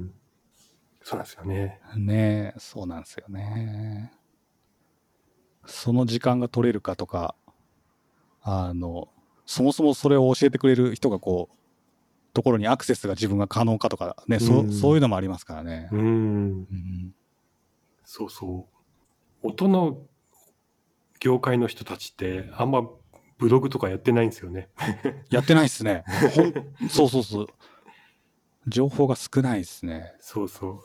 そうなんですよね。 ねえ、そうなんですよね。その時間が取れるかとか、そもそもそれを教えてくれる人がこう、ところにアクセスが自分が可能かとかね、そういうのもありますからね。 そうそう。音の業界の人たちってあんまブログとかやってないんですよね。 やってないっすね。そうそうそう。情報が少ないですね。 そうそう。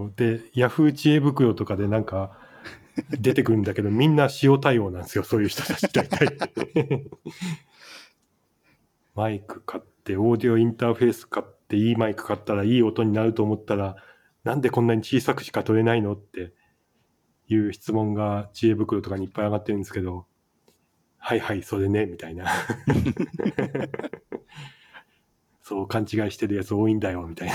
で、ヤフー知恵袋とかでなんか出てくるんだけど、みんな塩対応なんですよ、そういう人たち大体。マイク買って、オーディオインターフェース買って、いいマイク買ったらいい音になると思ったら、なんでこんなに小さくしか撮れないのっていう質問が知恵袋とかにいっぱい上がってるんですけど、はいはい、それね、みたいな。そう勘違いしてるやつ多いんだよ、みたいな。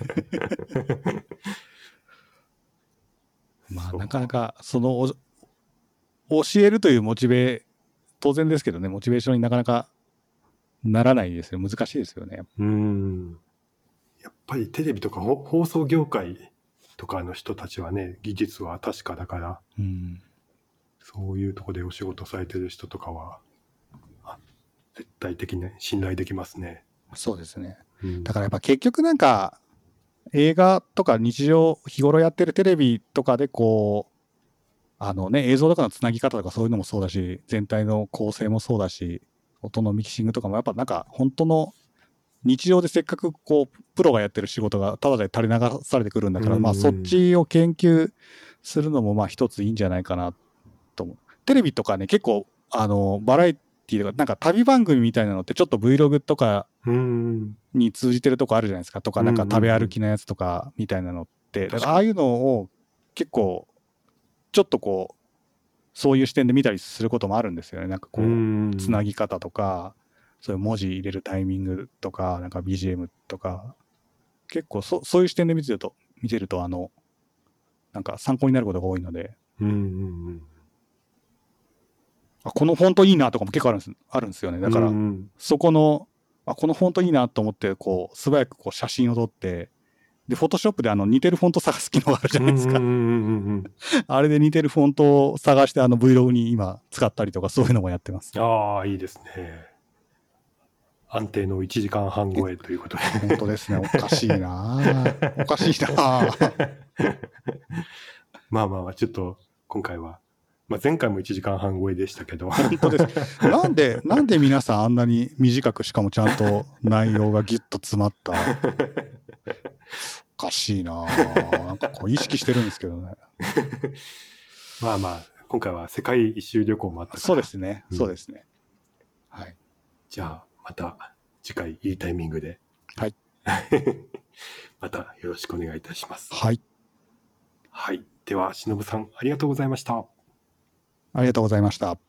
まあ、なかなか、教えるという当然ですけどね、モチベーションになかなかならないですよ。難しいですよね。 やっぱりテレビとか放送業界とかの人たちはね、技術は確かだから、そういうとこでお仕事されてる人とかは、絶対的に信頼できますね。 そうですね。だからやっぱ結局なんか、映画とか日頃やってるテレビとかでこう、映像とかのつなぎ方とかそういうのもそうだし、全体の構成もそうだし、音のミキシングとかもやっぱなんか本当の日常でせっかくこう、プロがやってる仕事がただで垂れ流されてくるんだから、まあそっちを研究するのもまあ一ついいんじゃないかなと思う。テレビとかね、結構、バラエティとか、なんか旅番組みたいなのってちょっと Vlog とかに通じてるとこあるじゃないですか。とか、なんか食べ歩きのやつとかみたいなのって、だからああいうのを結構、ちょっとこう、そういう視点で見たりすることもあるんですよね。なんかこう、つなぎ方とか、そういう文字入れるタイミングとか、なんか BGM とか、結構そういう視点で見てると、なんか参考になることが多いので、このフォントいいなとかも結構あるんですよね。だから、そこの、このフォントいいなと思って、こう、素早くこう写真を撮って、で、フォトショップで似てるフォント探す機能があるじゃないですか。あれで似てるフォントを探して、Vlog に今使ったりとか、そういうのもやってます。 ああ、いいですね。安定の1時間半超えということで。 本当ですね。おかしいなおかしいなまあまあまあ、ちょっと、今回は、まあ、前回も1時間半超えでしたけど。 本当です。なんで皆さんあんなに短く、しかもちゃんと内容がギュッと詰まった。おかしいななんかこう意識してるんですけどね。 まあまあ、今回は世界一周旅行もあったから。 そうですね。そうですね。はい。 じゃあ、また次回いいタイミングで。 はい。 またよろしくお願いいたします。 はい。 はい。では、忍さん、ありがとうございました。 ありがとうございました。